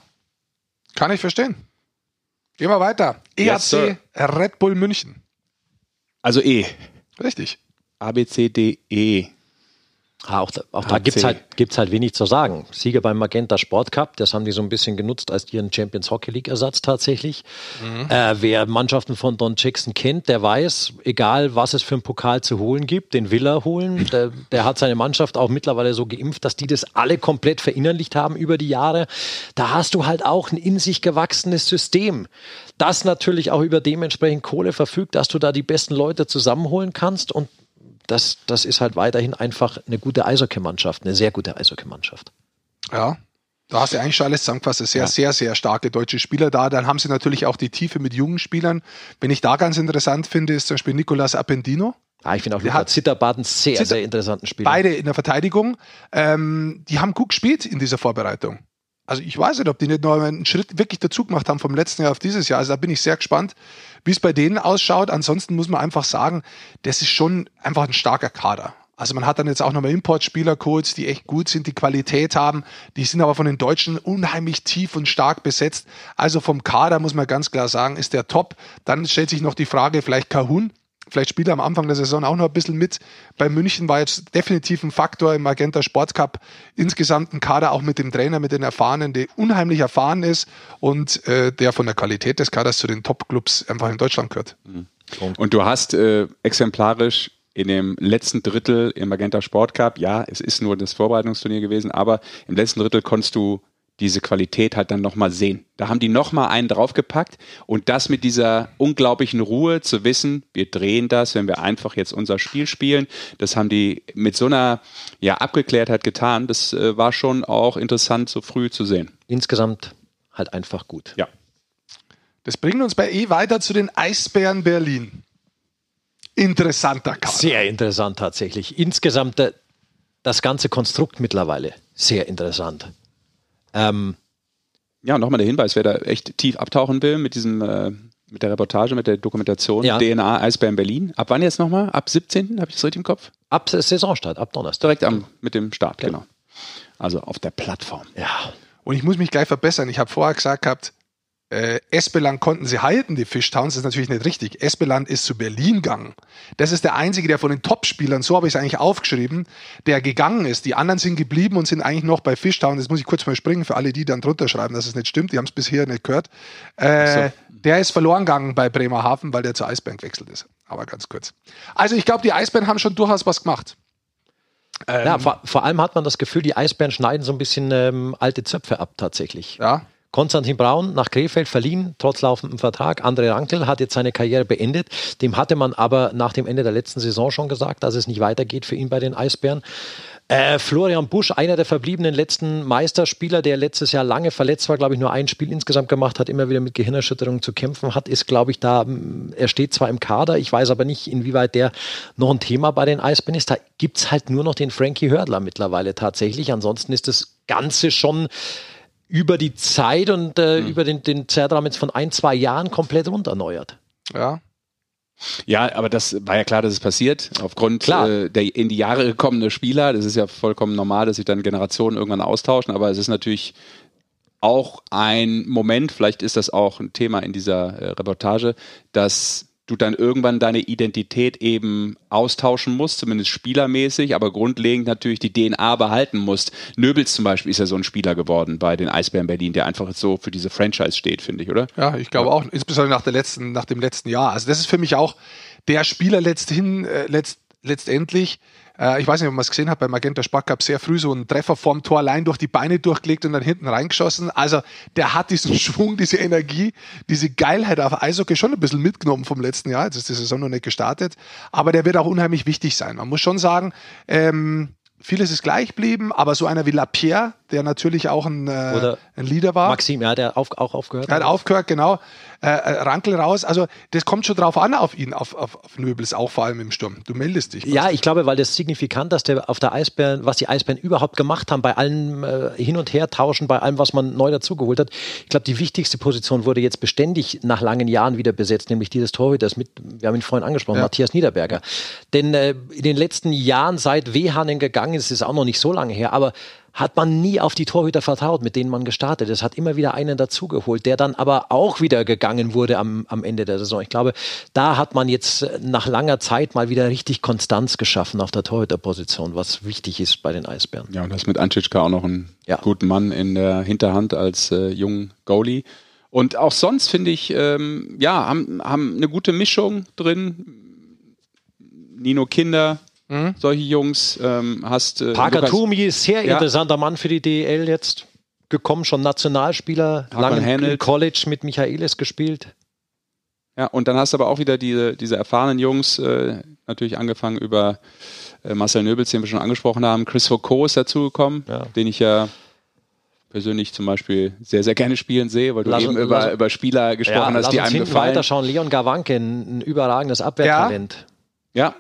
kann ich verstehen. Gehen wir weiter. E A Yes, C Red Bull München. Also E. Richtig. A, B, C, D, E. Ah, auch da, auch da H C. gibt es halt, gibt's halt wenig zu sagen. Sieger beim Magenta Sport Cup, das haben die so ein bisschen genutzt als ihren Champions Hockey League Ersatz tatsächlich. Äh, wer Mannschaften von Don Jackson kennt, der weiß, egal was es für einen Pokal zu holen gibt, den will er holen. Der, der hat seine Mannschaft auch mittlerweile so geimpft, dass die das alle komplett verinnerlicht haben über die Jahre. Da hast du halt auch ein in sich gewachsenes System, das natürlich auch über dementsprechend Kohle verfügt, dass du da die besten Leute zusammenholen kannst, und Das, das ist halt weiterhin einfach eine gute Eishockey-Mannschaft, eine sehr gute Eishockey-Mannschaft. Ja, da hast du eigentlich schon alles zusammengefasst. Sehr, ja. sehr, sehr starke deutsche Spieler da. Dann haben sie natürlich auch die Tiefe mit jungen Spielern. Wenn ich da ganz interessant finde, ist zum Beispiel Nicolas Appendino. Ah, ich finde auch Luca Zitterbart einen sehr, Zitter- sehr interessanten Spieler. Beide in der Verteidigung. Ähm, die haben gut gespielt in dieser Vorbereitung. Also ich weiß nicht, ob die nicht noch einen Schritt wirklich dazu gemacht haben vom letzten Jahr auf dieses Jahr. Also da bin ich sehr gespannt, wie es bei denen ausschaut. Ansonsten muss man einfach sagen, das ist schon einfach ein starker Kader. Also man hat dann jetzt auch nochmal Importspieler geholt, die echt gut sind, die Qualität haben. Die sind aber von den Deutschen unheimlich tief und stark besetzt. Also vom Kader muss man ganz klar sagen, ist der top. Dann stellt sich noch die Frage, vielleicht Kahun. Vielleicht spielt er am Anfang der Saison auch noch ein bisschen mit. Bei München war jetzt definitiv ein Faktor im Magenta Sport Cup. Insgesamt ein Kader auch mit dem Trainer, mit den Erfahrenen, der unheimlich erfahren ist und äh, der von der Qualität des Kaders zu den Top-Clubs einfach in Deutschland gehört. Mhm. Und du hast äh, exemplarisch in dem letzten Drittel im Magenta Sport Cup, ja, es ist nur das Vorbereitungsturnier gewesen, aber im letzten Drittel konntest du diese Qualität halt dann nochmal sehen. Da haben die nochmal einen draufgepackt und das mit dieser unglaublichen Ruhe zu wissen, wir drehen das, wenn wir einfach jetzt unser Spiel spielen, das haben die mit so einer ja, Abgeklärtheit getan, das äh, war schon auch interessant, so früh zu sehen. Insgesamt halt einfach gut. Ja. Das bringt uns bei E weiter zu den Eisbären Berlin. Interessanter Kader. Sehr interessant tatsächlich. Insgesamt äh, das ganze Konstrukt mittlerweile sehr interessant. Ähm, ja, nochmal der Hinweis, wer da echt tief abtauchen will mit diesem, äh, mit der Reportage, mit der Dokumentation, ja. D N A Eisbären Berlin. Ab wann jetzt nochmal? Ab siebzehnten Habe ich das richtig im Kopf? Ab Saisonstart, ab Donnerstag. Direkt am, mit dem Start, genau. genau. Also auf der Plattform. Ja. Und ich muss mich gleich verbessern. Ich habe vorher gesagt gehabt, äh, Espeland konnten sie halten, die Fischtowns, das ist natürlich nicht richtig. Espeland ist zu Berlin gegangen. Das ist der einzige, der von den Top-Spielern, so habe ich es eigentlich aufgeschrieben, der gegangen ist. Die anderen sind geblieben und sind eigentlich noch bei Fishtown. Das muss ich kurz mal springen für alle, die dann drunter schreiben, dass es nicht stimmt. Die haben es bisher nicht gehört. Äh, so. Der ist verloren gegangen bei Bremerhaven, weil der zur Eisbären gewechselt ist. Aber ganz kurz. Also ich glaube, die Eisbären haben schon durchaus was gemacht. Ähm, ja, vor, vor allem hat man das Gefühl, die Eisbären schneiden so ein bisschen ähm, alte Zöpfe ab tatsächlich. Ja. Konstantin Braun nach Krefeld verliehen, trotz laufendem Vertrag. André Rankel hat jetzt seine Karriere beendet. Dem hatte man aber nach dem Ende der letzten Saison schon gesagt, dass es nicht weitergeht für ihn bei den Eisbären. Äh, Florian Busch, einer der verbliebenen letzten Meisterspieler, der letztes Jahr lange verletzt war, glaube ich, nur ein Spiel insgesamt gemacht hat, immer wieder mit Gehirnerschütterungen zu kämpfen hat, ist, glaube ich, da, er steht zwar im Kader, ich weiß aber nicht, inwieweit der noch ein Thema bei den Eisbären ist. Da gibt es halt nur noch den Frankie Hördler mittlerweile tatsächlich. Ansonsten ist das Ganze schon über die Zeit und äh, mhm. über den, den Zeitraum jetzt von ein, zwei Jahren komplett runterneuert. Ja. Ja, aber das war ja klar, dass es passiert. Aufgrund äh, der in die Jahre gekommenen Spieler. Das ist ja vollkommen normal, dass sich dann Generationen irgendwann austauschen. Aber es ist natürlich auch ein Moment, vielleicht ist das auch ein Thema in dieser äh, Reportage, dass du dann irgendwann deine Identität eben austauschen musst, zumindest spielermäßig, aber grundlegend natürlich die D N A behalten musst. Nöbels zum Beispiel ist ja so ein Spieler geworden bei den Eisbären Berlin, der einfach so für diese Franchise steht, finde ich, oder? Ja, ich glaube ja. auch, insbesondere nach, der letzten, nach dem letzten Jahr. Also das ist für mich auch der Spieler letzthin, äh, letzt, letztendlich, äh, ich weiß nicht, ob man es gesehen hat, bei Magenta Sport Cup sehr früh so einen Treffer vorm Tor allein durch die Beine durchgelegt und dann hinten reingeschossen. Also der hat diesen Schwung, diese Energie, diese Geilheit auf Eishockey schon ein bisschen mitgenommen vom letzten Jahr. Jetzt ist die Saison noch nicht gestartet, aber der wird auch unheimlich wichtig sein. Man muss schon sagen, ähm, vieles ist gleich geblieben, aber so einer wie Lapierre, der natürlich auch ein, äh, ein Leader war. Maxim, ja, der auf, auch aufgehört. Er hat aufgehört, genau. Äh, Rankel raus. Also das kommt schon drauf an auf ihn, auf, auf, auf Nöbels, auch vor allem im Sturm. Du meldest dich. Ja, ich glaube, weil das Signifikanteste auf der Eisbären, was die Eisbären überhaupt gemacht haben, bei allem äh, Hin- und Her-Tauschen, bei allem, was man neu dazugeholt hat. Ich glaube, die wichtigste Position wurde jetzt beständig nach langen Jahren wieder besetzt, nämlich dieses Torhüters mit, wir haben ihn vorhin angesprochen, ja. Matthias Niederberger. Denn äh, in den letzten Jahren, seit Wehhanen gegangen ist, ist auch noch nicht so lange her, aber hat man nie auf die Torhüter vertraut, mit denen man gestartet ist. Es hat immer wieder einen dazugeholt, der dann aber auch wieder gegangen wurde am, am Ende der Saison. Ich glaube, da hat man jetzt nach langer Zeit mal wieder richtig Konstanz geschaffen auf der Torhüterposition, was wichtig ist bei den Eisbären. Ja, und das mit Antschitschka auch noch einen ja. guten Mann in der Hinterhand als äh, jungen Goalie. Und auch sonst finde ich, ähm, ja, haben, haben eine gute Mischung drin. Nino Kinder, Mhm. solche Jungs ähm, hast. Äh, Parker Toomey, sehr ja. interessanter Mann für die D E L jetzt gekommen, schon Nationalspieler, Hartmann lange Hänelt. im College mit Michaelis gespielt. Ja, und dann hast du aber auch wieder diese, diese erfahrenen Jungs, äh, natürlich angefangen über äh, Marcel Nöbels, den wir schon angesprochen haben. Chris Foucault ist dazugekommen, ja. den ich ja persönlich zum Beispiel sehr, sehr gerne spielen sehe, weil du Lass eben uns- über, lass- über Spieler gesprochen Ja, hast, lass die uns einem hinten gefallen. weiterschauen. Leon Gawanke, ein, ein überragendes Abwehrtalent. Ja,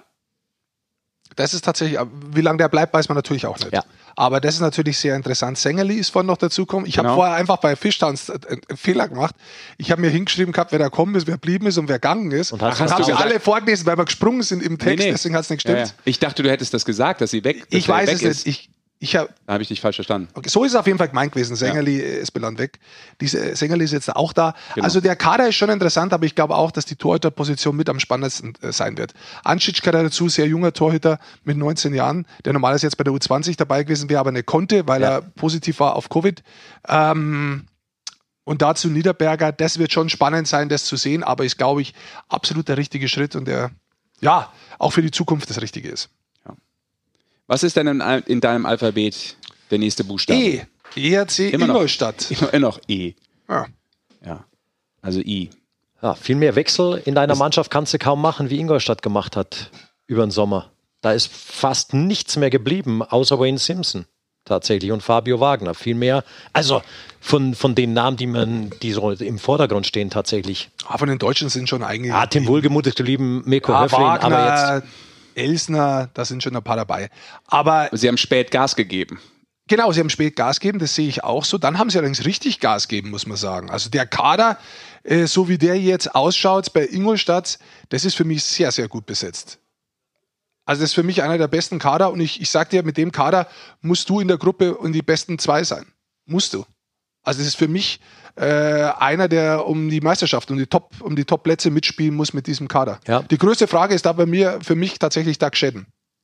Das ist tatsächlich, wie lange der bleibt, weiß man natürlich auch nicht. Ja. Aber das ist natürlich sehr interessant. Sängerli ist vorhin noch dazugekommen. Ich habe Genau. vorher einfach bei Fischtowns einen Fehler gemacht. Ich habe mir hingeschrieben gehabt, wer da gekommen ist, wer geblieben ist und wer gegangen ist. Und Und hast habe du sie gesagt- alle vorgelesen, weil wir gesprungen sind im Text, deswegen hat es nicht Ja, gestimmt. ja. Ich dachte, du hättest das gesagt, dass sie weg, dass Ich er weiß weg es ist. nicht. Ich, ich hab, Da habe ich dich falsch verstanden. okay, so ist es auf jeden Fall gemeint gewesen. Sängerli äh, ist belangt weg. Diese Sängerli ist jetzt auch da. Genau. Also der Kader ist schon interessant, aber ich glaube auch, dass die Torhüterposition mit am spannendsten äh, sein wird. Anschic gehört dazu, sehr junger Torhüter mit neunzehn Jahren, der normalerweise jetzt bei der U zwanzig dabei gewesen wäre, aber nicht konnte, weil Ja. er positiv war auf Covid. Ähm, und dazu Niederberger, das wird schon spannend sein, das zu sehen, aber ist, glaube ich, absolut der richtige Schritt und der, ja, auch für die Zukunft das Richtige ist. Was ist denn in, in deinem Alphabet der nächste Buchstabe? E. E R C Immer noch. Ingolstadt. Immer noch E. Ja. Ja. Also I. Ja, viel mehr Wechsel in deiner Mannschaft kannst du kaum machen, wie Ingolstadt gemacht hat über den Sommer. Da ist fast nichts mehr geblieben, außer Wayne Simpson tatsächlich und Fabio Wagner. Viel mehr, also von, von den Namen, die man, die so im Vordergrund stehen tatsächlich. Ah, von den Deutschen sind schon eigentlich. Ja, Tim Wohlgemutet geblieben, Mirko Ja, Höflin, aber jetzt. Wagner, Elsner, da sind schon ein paar dabei. Aber Sie haben spät Gas gegeben. genau, sie haben spät Gas gegeben, das sehe ich auch so. Dann haben sie allerdings richtig Gas gegeben, muss man sagen. Also der Kader, äh, so wie der jetzt ausschaut bei Ingolstadt, das ist für mich sehr, sehr gut besetzt. Also das ist für mich einer der besten Kader und ich, ich sag dir, mit dem Kader musst du in der Gruppe in die besten zwei sein. Musst du. Also das ist für mich äh, einer, der um die Meisterschaft, um die Top, um die Top-Plätze mitspielen muss mit diesem Kader. Ja. Die größte Frage ist da bei mir, für mich tatsächlich Doug Shedden.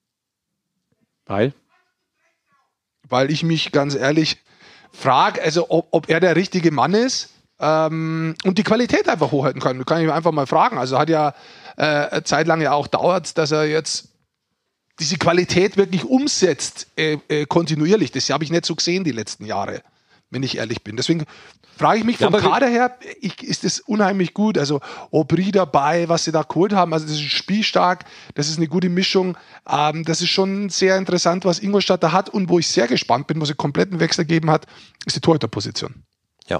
Weil? Weil ich mich ganz ehrlich frage, also ob, ob er der richtige Mann ist ähm, und die Qualität einfach hochhalten kann. Das kann ich einfach mal fragen. Also hat ja äh, eine Zeit lang ja auch dauert, dass er jetzt diese Qualität wirklich umsetzt, äh, äh, kontinuierlich. Das habe ich nicht so gesehen die letzten Jahre, wenn ich ehrlich bin. Deswegen frage ich mich Ja, vom aber wir- Kader her, ich, ist das unheimlich gut. Also Aubry dabei, was sie da geholt haben, also das ist spielstark, das ist eine gute Mischung. Ähm, das ist schon sehr interessant, was Ingolstadt da hat und wo ich sehr gespannt bin, wo sie kompletten Wechsel gegeben hat, ist die Torhüterposition. Ja.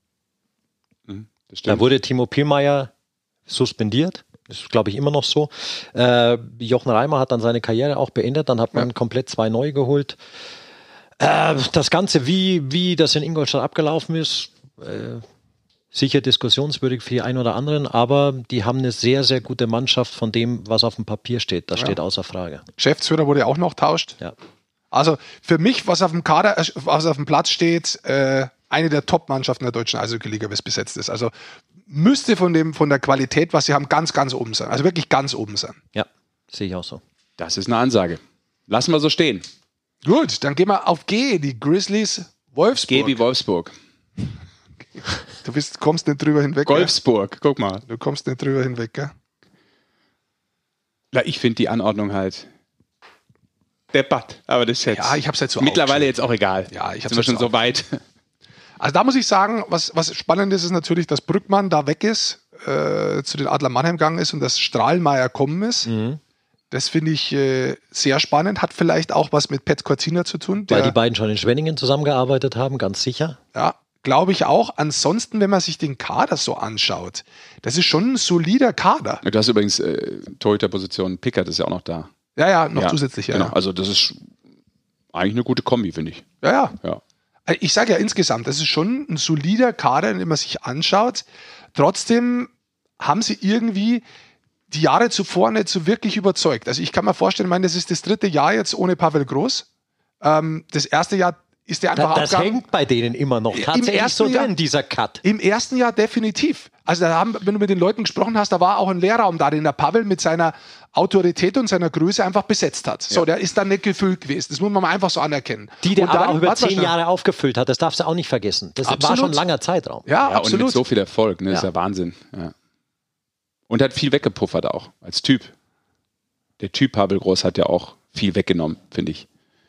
Das Da stimmt. wurde Timo Pielmeier suspendiert. Das ist, glaube ich, immer noch so. Äh, Jochen Reimer hat dann seine Karriere auch beendet. Dann hat man Ja. komplett zwei neu geholt. Äh, das Ganze, wie, wie das in Ingolstadt abgelaufen ist, äh, sicher diskussionswürdig für die einen oder anderen, aber die haben eine sehr, sehr gute Mannschaft von dem, was auf dem Papier steht. Das Ja. steht außer Frage. Geschäftsführer wurde auch noch tauscht. Ja. Also für mich, was auf dem Kader, äh, was auf dem Platz steht, äh, eine der Top-Mannschaften der deutschen Eishockey-Liga, was besetzt ist. Also müsste von dem, von der Qualität, was sie haben, ganz, ganz oben sein. Also wirklich ganz oben sein. Ja, sehe ich auch so. Das ist eine Ansage. Lassen wir so stehen. Gut, dann gehen wir auf G, die Grizzlies Wolfsburg. G wie Wolfsburg. Du bist, kommst nicht drüber hinweg. Wolfsburg, guck mal. Gell? Du kommst nicht drüber hinweg, gell? Na, ich finde die Anordnung halt deppert. Aber das ist jetzt Ja, ich hab's halt so mittlerweile aufgeschrieben. jetzt auch egal. Ja, ich hab's Sind wir jetzt schon so so weit. Also da muss ich sagen, was, was spannend ist, ist natürlich, dass Brückmann da weg ist, äh, zu den Adler Mannheim gegangen ist und dass Strahlmeier kommen ist. Mhm. Das finde ich äh, sehr spannend. Hat vielleicht auch was mit Pat Cortina zu tun. Weil Der, die beiden schon in Schwenningen zusammengearbeitet haben, ganz sicher. ja, glaube ich auch. Ansonsten, wenn man sich den Kader so anschaut, das ist schon ein solider Kader. Du hast übrigens äh, Torhüterposition, Pickard ist ja auch noch da. Ja, ja, noch ja, zusätzlich. Ja, Genau, ja. also das ist eigentlich eine gute Kombi, finde ich. ja, ja. Ja. Ich sage ja insgesamt, das ist schon ein solider Kader, wenn man sich anschaut. Trotzdem haben sie irgendwie die Jahre zuvor nicht so wirklich überzeugt. Also ich kann mir vorstellen, ich meine, das ist das dritte Jahr jetzt ohne Pavel Groß. Ähm, das erste Jahr ist der einfach Da, das abgegangen. hängt bei denen immer noch Im tatsächlich ersten so Jahr- drin, dieser Cut. Im ersten Jahr definitiv. Also da haben, wenn du mit den Leuten gesprochen hast, da war auch ein Leerraum da, den der Pavel mit seiner Autorität und seiner Größe einfach besetzt hat. So, der ist dann nicht gefüllt gewesen. Das muss man mal einfach so anerkennen. Die der Und aber dann- auch über warte mal zehn schnell. Jahre aufgefüllt hat, das darfst du auch nicht vergessen. Das war Absolut. schon ein langer Zeitraum. Ja, Ja, und absolut. mit so viel Erfolg, ne? Das ist Ja. ja Wahnsinn. Ja. Und hat viel weggepuffert auch, als Typ. Der Typ Pavel Groß hat ja auch viel weggenommen, finde ich.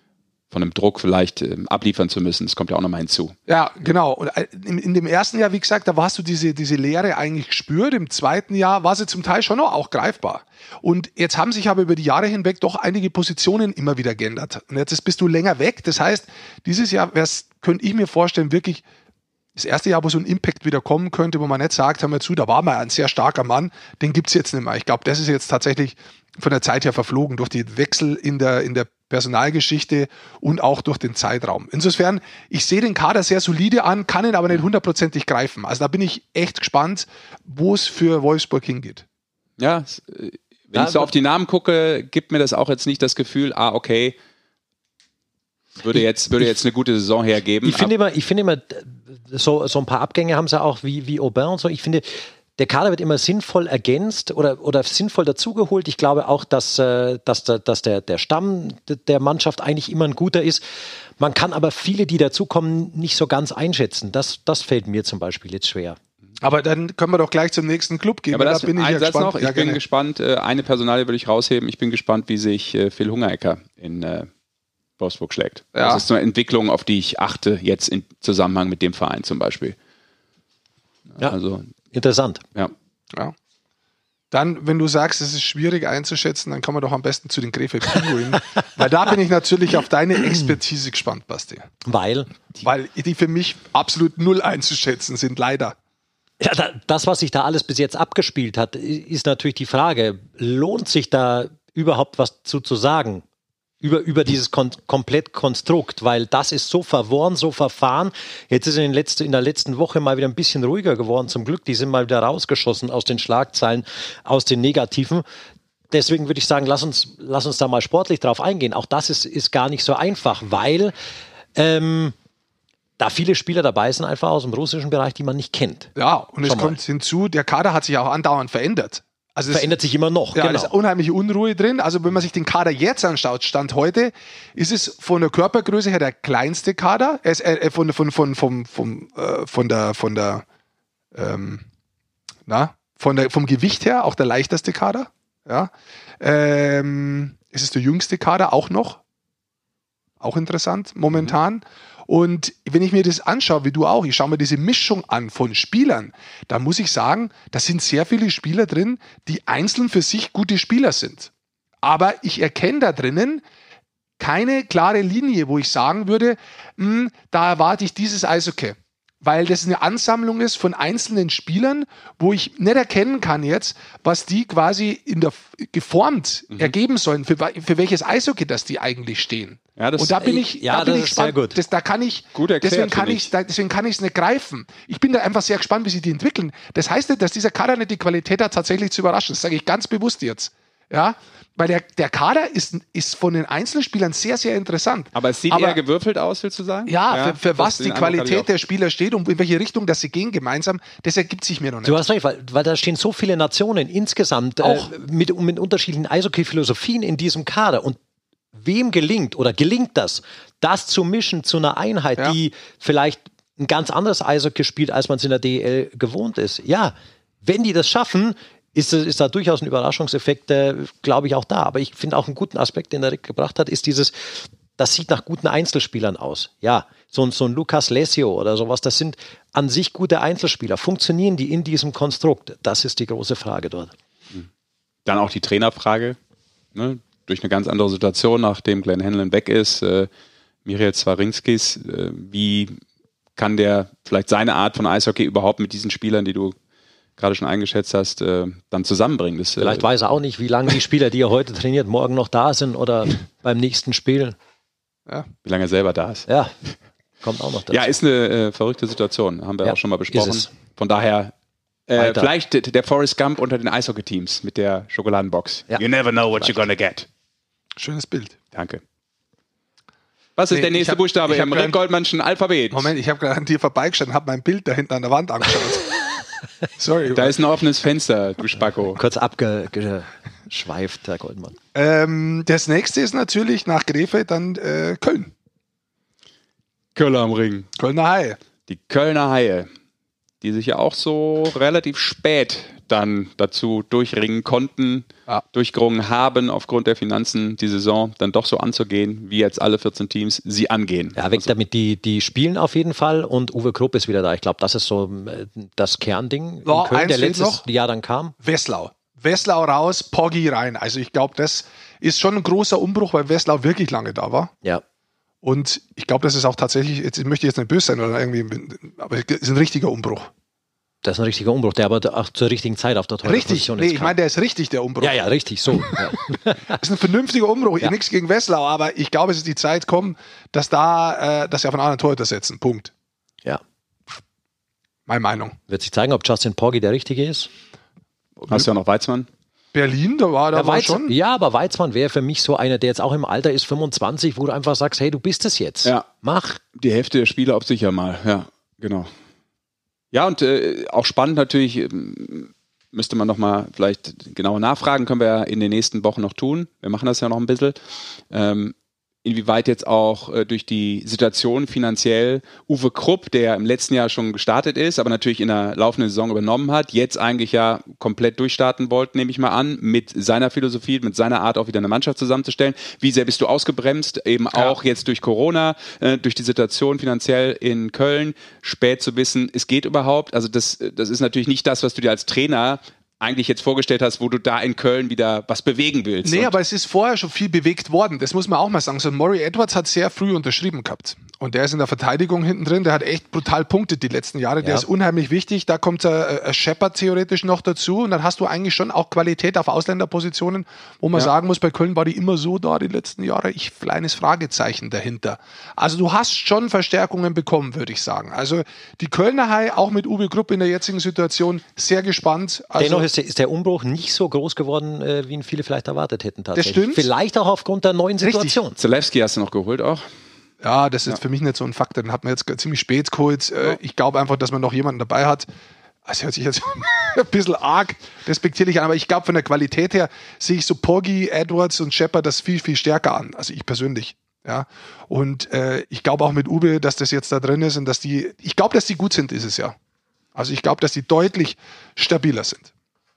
von einem Druck vielleicht äh, abliefern zu müssen. Das kommt ja auch nochmal hinzu. Ja, genau. Und in, in dem ersten Jahr, wie gesagt, da hast du diese, diese Leere eigentlich gespürt. Im zweiten Jahr war sie zum Teil schon noch auch greifbar. Und jetzt haben sich aber über die Jahre hinweg doch einige Positionen immer wieder geändert. Und jetzt bist du länger weg. Das heißt, dieses Jahr könnte ich mir vorstellen, wirklich das erste Jahr, wo so ein Impact wieder kommen könnte, wo man nicht sagt, hör mal zu, da war mal ein sehr starker Mann, den gibt es jetzt nicht mehr. Ich glaube, das ist jetzt tatsächlich von der Zeit her verflogen, durch die Wechsel in der, in der Personalgeschichte und auch durch den Zeitraum. Insofern, ich sehe den Kader sehr solide an, kann ihn aber nicht hundertprozentig greifen. Also da bin ich echt gespannt, wo es für Wolfsburg hingeht. Ja, wenn ja, ich so auf die Namen gucke, gibt mir das auch jetzt nicht das Gefühl, ah, okay, würde jetzt, würde jetzt eine gute Saison hergeben. Ich finde immer, ich finde immer so, so ein paar Abgänge haben sie auch, wie, wie Aubin und so. Ich finde, der Kader wird immer sinnvoll ergänzt oder, oder sinnvoll dazugeholt. Ich glaube auch, dass, dass, dass der, der Stamm der Mannschaft eigentlich immer ein guter ist. Man kann aber viele, die dazukommen, nicht so ganz einschätzen. Das, das fällt mir zum Beispiel jetzt schwer. Aber dann können wir doch gleich zum nächsten Club gehen. Aber das da bin ich ein ja Satz gespannt. noch. Ich ja, bin gerne. gespannt. Eine Personalie würde ich rausheben. Ich bin gespannt, wie sich Phil Hungerecker in Wolfsburg schlägt. Ja. Das ist eine Entwicklung, auf die ich achte, jetzt im Zusammenhang mit dem Verein zum Beispiel. Ja, also interessant. Ja. ja. Dann, wenn du sagst, es ist schwierig einzuschätzen, dann kommen wir doch am besten zu den Krefeld Pinguinen. Weil da bin ich natürlich auf deine Expertise gespannt, Basti. Weil? Weil die für mich absolut null einzuschätzen sind, leider. Ja, das, was sich da alles bis jetzt abgespielt hat, ist natürlich die Frage, lohnt sich da überhaupt was zu, zu sagen? Über, über dieses Kon- Komplettkonstrukt, weil das ist so verworren, so verfahren. Jetzt ist in, den letzten, in der letzten Woche mal wieder ein bisschen ruhiger geworden, zum Glück. Die sind mal wieder rausgeschossen aus den Schlagzeilen, aus den Negativen. Deswegen würde ich sagen, lass uns, lass uns da mal sportlich drauf eingehen. Auch das ist, ist gar nicht so einfach, weil ähm, da viele Spieler dabei sind, einfach aus dem russischen Bereich, die man nicht kennt. Ja, und es Schon kommt mal. hinzu, der Kader hat sich auch andauernd verändert. Also Verändert sich immer noch. Ja, genau. es ist unheimliche Unruhe drin. Also wenn man sich den Kader jetzt anschaut, Stand heute, ist es von der Körpergröße her der kleinste Kader. Er ist äh, von, von, von, von, von, äh, von der, von der, ähm, na, von der, vom Gewicht her auch der leichteste Kader. Ja. Ähm, es ist der jüngste Kader auch noch. Auch interessant momentan. Mhm. Und wenn ich mir das anschaue, wie du auch, ich schaue mir diese Mischung an von Spielern, da muss ich sagen, da sind sehr viele Spieler drin, die einzeln für sich gute Spieler sind. Aber ich erkenne da drinnen keine klare Linie, wo ich sagen würde, mh, da erwarte ich dieses Eishockey. Weil das eine Ansammlung ist von einzelnen Spielern, wo ich nicht erkennen kann jetzt, was die quasi in der geformt mhm. ergeben sollen, für, für welches Eishockey das die eigentlich stehen. Ja, das, und da bin ich, ja, da bin das ich ist gespannt. sehr gut. Das, da kann ich, gut erklärt, deswegen kann ich. ich, da, deswegen kann ich es nicht greifen. Ich bin da einfach sehr gespannt, wie sie die entwickeln. Das heißt nicht, dass dieser Kader nicht die Qualität hat, tatsächlich zu überraschen. Das sage ich ganz bewusst jetzt. Ja, weil der, der Kader ist, ist von den Einzelspielern sehr, sehr interessant. Aber es sieht Aber, eher gewürfelt aus, willst du sagen? Ja, ja für, für was die Qualität der Spieler steht und in welche Richtung das sie gehen gemeinsam, das ergibt sich mir noch nicht. Du hast recht, weil, weil da stehen so viele Nationen insgesamt äh, mit, mit unterschiedlichen Eishockey-Philosophien in diesem Kader. Und wem gelingt oder gelingt das, das zu mischen zu einer Einheit, ja. die vielleicht ein ganz anderes Eishockey spielt, als man es in der D E L gewohnt ist? Ja, wenn die das schaffen, Ist, ist da durchaus ein Überraschungseffekt, äh, glaube ich, auch da. Aber ich finde auch einen guten Aspekt, den der Rick gebracht hat, ist dieses, das sieht nach guten Einzelspielern aus. Ja, so, ein- so ein Lukas Lessio oder sowas, das sind an sich gute Einzelspieler. Funktionieren die in diesem Konstrukt? Das ist die große Frage dort. Dann auch die Trainerfrage. Ne? Durch eine ganz andere Situation, nachdem Glenn Hanlon weg ist. Äh, Miriel Zwarinskis, äh, wie kann der vielleicht seine Art von Eishockey überhaupt mit diesen Spielern, die du gerade schon eingeschätzt hast, äh, dann zusammenbringen? Das, Vielleicht äh, weiß er auch nicht, wie lange die Spieler, die er heute trainiert, morgen noch da sind oder beim nächsten Spiel. Ja. wie lange er selber da ist. Ja, kommt auch noch dazu. Ja, ist eine äh, verrückte Situation. Haben wir Ja, auch schon mal ist besprochen. es. Von daher äh, Alter. vielleicht der- der Forrest Gump unter den Eishockey-Teams mit der Schokoladenbox. Ja. You never know what you're gonna get. Schönes Bild. Danke. Was ist Nee, der ich nächste hab- Buchstabe ich hab im grad- Rick Goldmannschen Alphabet? Moment, ich habe gerade an dir vorbeigestanden, habe mein Bild da hinten an der Wand angeschaut. Sorry. Da ist ein offenes Fenster, du Spacko. Kurz abgeschweift, Herr Goldmann. ähm, das nächste ist natürlich nach Krefeld dann äh, Köln. Köller am Ring. Kölner Haie. Die Kölner Haie, die sich ja auch so relativ spät dann dazu durchringen konnten, ja. durchgerungen haben, aufgrund der Finanzen die Saison dann doch so anzugehen, wie jetzt alle vierzehn Teams sie angehen. Ja, weg also. damit, die, die spielen auf jeden Fall und Uwe Krupp ist wieder da. Ich glaube, das ist so das Kernding ja, in Köln, der letztes noch. Jahr dann kam. Wesslau. Wesslau raus, Poggi rein. Also ich glaube, das ist schon ein großer Umbruch, weil Wesslau wirklich lange da war. Ja. Und ich glaube, das ist auch tatsächlich, jetzt möchte ich jetzt nicht böse sein oder irgendwie, aber es ist ein richtiger Umbruch. Das ist ein richtiger Umbruch, der aber auch zur richtigen Zeit auf der Torhüter-Position ist. Richtig, nee, ich meine, der ist richtig, der Umbruch. Ja, ja, richtig, so. Ja. Das ist ein vernünftiger Umbruch, ja. Nichts gegen Wesslau, aber ich glaube, es ist die Zeit kommen, dass da, äh, dass sie auf einen anderen Torhüter setzen, Punkt. Ja. Meine Meinung. Wird sich zeigen, ob Justin Poggi der Richtige ist. Hast du ja noch Weizmann? Berlin, da war da war schon. Ja, aber Weizmann wäre für mich so einer, der jetzt auch im Alter ist, fünfundzwanzig, wo du einfach sagst, hey, du bist es jetzt. Ja. Mach. Die Hälfte der Spieler auf sicher mal, ja, genau. Ja, und äh, auch spannend natürlich, äh, müsste man nochmal vielleicht genauer nachfragen, können wir ja in den nächsten Wochen noch tun. Wir machen das ja noch ein bisschen. Ähm, inwieweit jetzt auch äh, durch die Situation finanziell Uwe Krupp, der im letzten Jahr schon gestartet ist, aber natürlich in der laufenden Saison übernommen hat, jetzt eigentlich ja komplett durchstarten wollte, nehme ich mal an, mit seiner Philosophie, mit seiner Art auch wieder eine Mannschaft zusammenzustellen. Wie sehr bist du ausgebremst, eben ja. auch jetzt durch Corona, äh, durch die Situation finanziell in Köln, spät zu wissen, es geht überhaupt. Also das, das ist natürlich nicht das, was du dir als Trainer eigentlich jetzt vorgestellt hast, wo du da in Köln wieder was bewegen willst. Nee, aber es ist vorher schon viel bewegt worden. Das muss man auch mal sagen. So Maury Edwards hat sehr früh unterschrieben gehabt. Und der ist in der Verteidigung hinten drin. Der hat echt brutal punktet die letzten Jahre. Der ja. ist unheimlich wichtig. Da kommt ein äh, Shepard theoretisch noch dazu. Und dann hast du eigentlich schon auch Qualität auf Ausländerpositionen, wo man ja. sagen muss, bei Köln war die immer so da die letzten Jahre. Ich kleines Fragezeichen dahinter. Also du hast schon Verstärkungen bekommen, würde ich sagen. Also die Kölner Haie, auch mit Uwe Krupp in der jetzigen Situation, sehr gespannt. Also Dennoch ist der, ist der Umbruch nicht so groß geworden, äh, wie ihn viele vielleicht erwartet hätten. Tatsächlich. Das stimmt. Vielleicht auch aufgrund der neuen Situation. Zalewski hast du noch geholt auch? Ja, das ist ja. für mich nicht so ein Faktor. Den hat man jetzt ziemlich spät geholt. Äh, ich glaube einfach, dass man noch jemanden dabei hat. Das hört sich jetzt ein bisschen arg respektierlich an, aber ich glaube, von der Qualität her sehe ich so Poggi, Edwards und Shepard das viel, viel stärker an. Also ich persönlich. Ja. Und äh, ich glaube auch mit Uwe, dass das jetzt da drin ist und dass die, ich glaube, dass die gut sind dieses Jahr. Also ich glaube, dass die deutlich stabiler sind.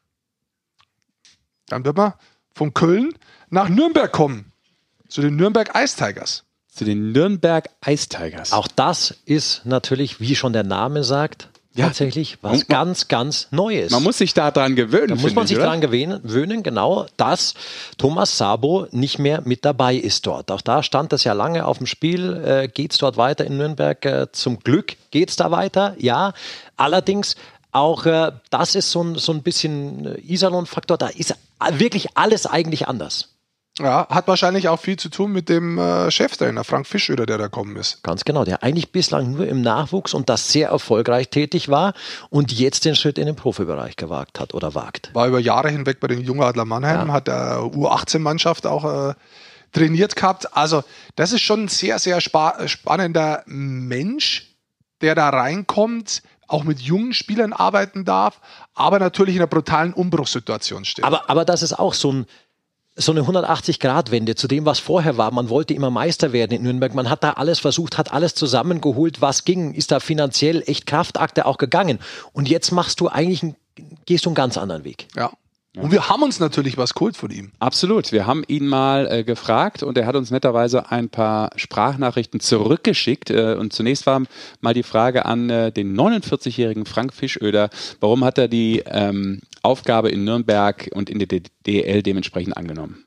Dann wird man von Köln nach Nürnberg kommen. Zu den Nürnberg Ice Tigers. Zu den Nürnberg Ice Tigers. Auch das ist natürlich, wie schon der Name sagt, ja. tatsächlich was man, ganz, ganz Neues. Man muss sich da dran gewöhnen. Da muss man sich daran gewöhnen, genau, dass Thomas Sabo nicht mehr mit dabei ist dort. Auch da stand das ja lange auf dem Spiel. Äh, geht es dort weiter in Nürnberg? Äh, zum Glück geht es da weiter, ja. Allerdings auch äh, das ist so ein, so ein bisschen Iserlohn-Faktor. Da ist wirklich alles eigentlich anders. Ja, hat wahrscheinlich auch viel zu tun mit dem äh, Cheftrainer Frank Fischöder, der da gekommen ist. Ganz genau, der eigentlich bislang nur im Nachwuchs und das sehr erfolgreich tätig war und jetzt den Schritt in den Profibereich gewagt hat oder wagt. War über Jahre hinweg bei den Jungadler Mannheim, ja. hat der U achtzehn Mannschaft auch äh, trainiert gehabt. Also das ist schon ein sehr, sehr spa- spannender Mensch, der da reinkommt, auch mit jungen Spielern arbeiten darf, aber natürlich in einer brutalen Umbruchssituation steht. Aber, aber das ist auch so ein So eine hundertachtzig-Grad-Wende zu dem, was vorher war. Man wollte immer Meister werden in Nürnberg. Man hat da alles versucht, hat alles zusammengeholt, was ging. Ist da finanziell echt Kraftakte auch gegangen. Und jetzt machst du eigentlich, einen, gehst du einen ganz anderen Weg. Ja. Ja. Und wir haben uns natürlich was geholt von ihm. Absolut. Wir haben ihn mal äh, gefragt und er hat uns netterweise ein paar Sprachnachrichten zurückgeschickt. Äh, und zunächst war mal die Frage an äh, den neunundvierzigjährigen Frank Fischöder. Warum hat er die ähm, Aufgabe in Nürnberg und in der D E L dementsprechend angenommen?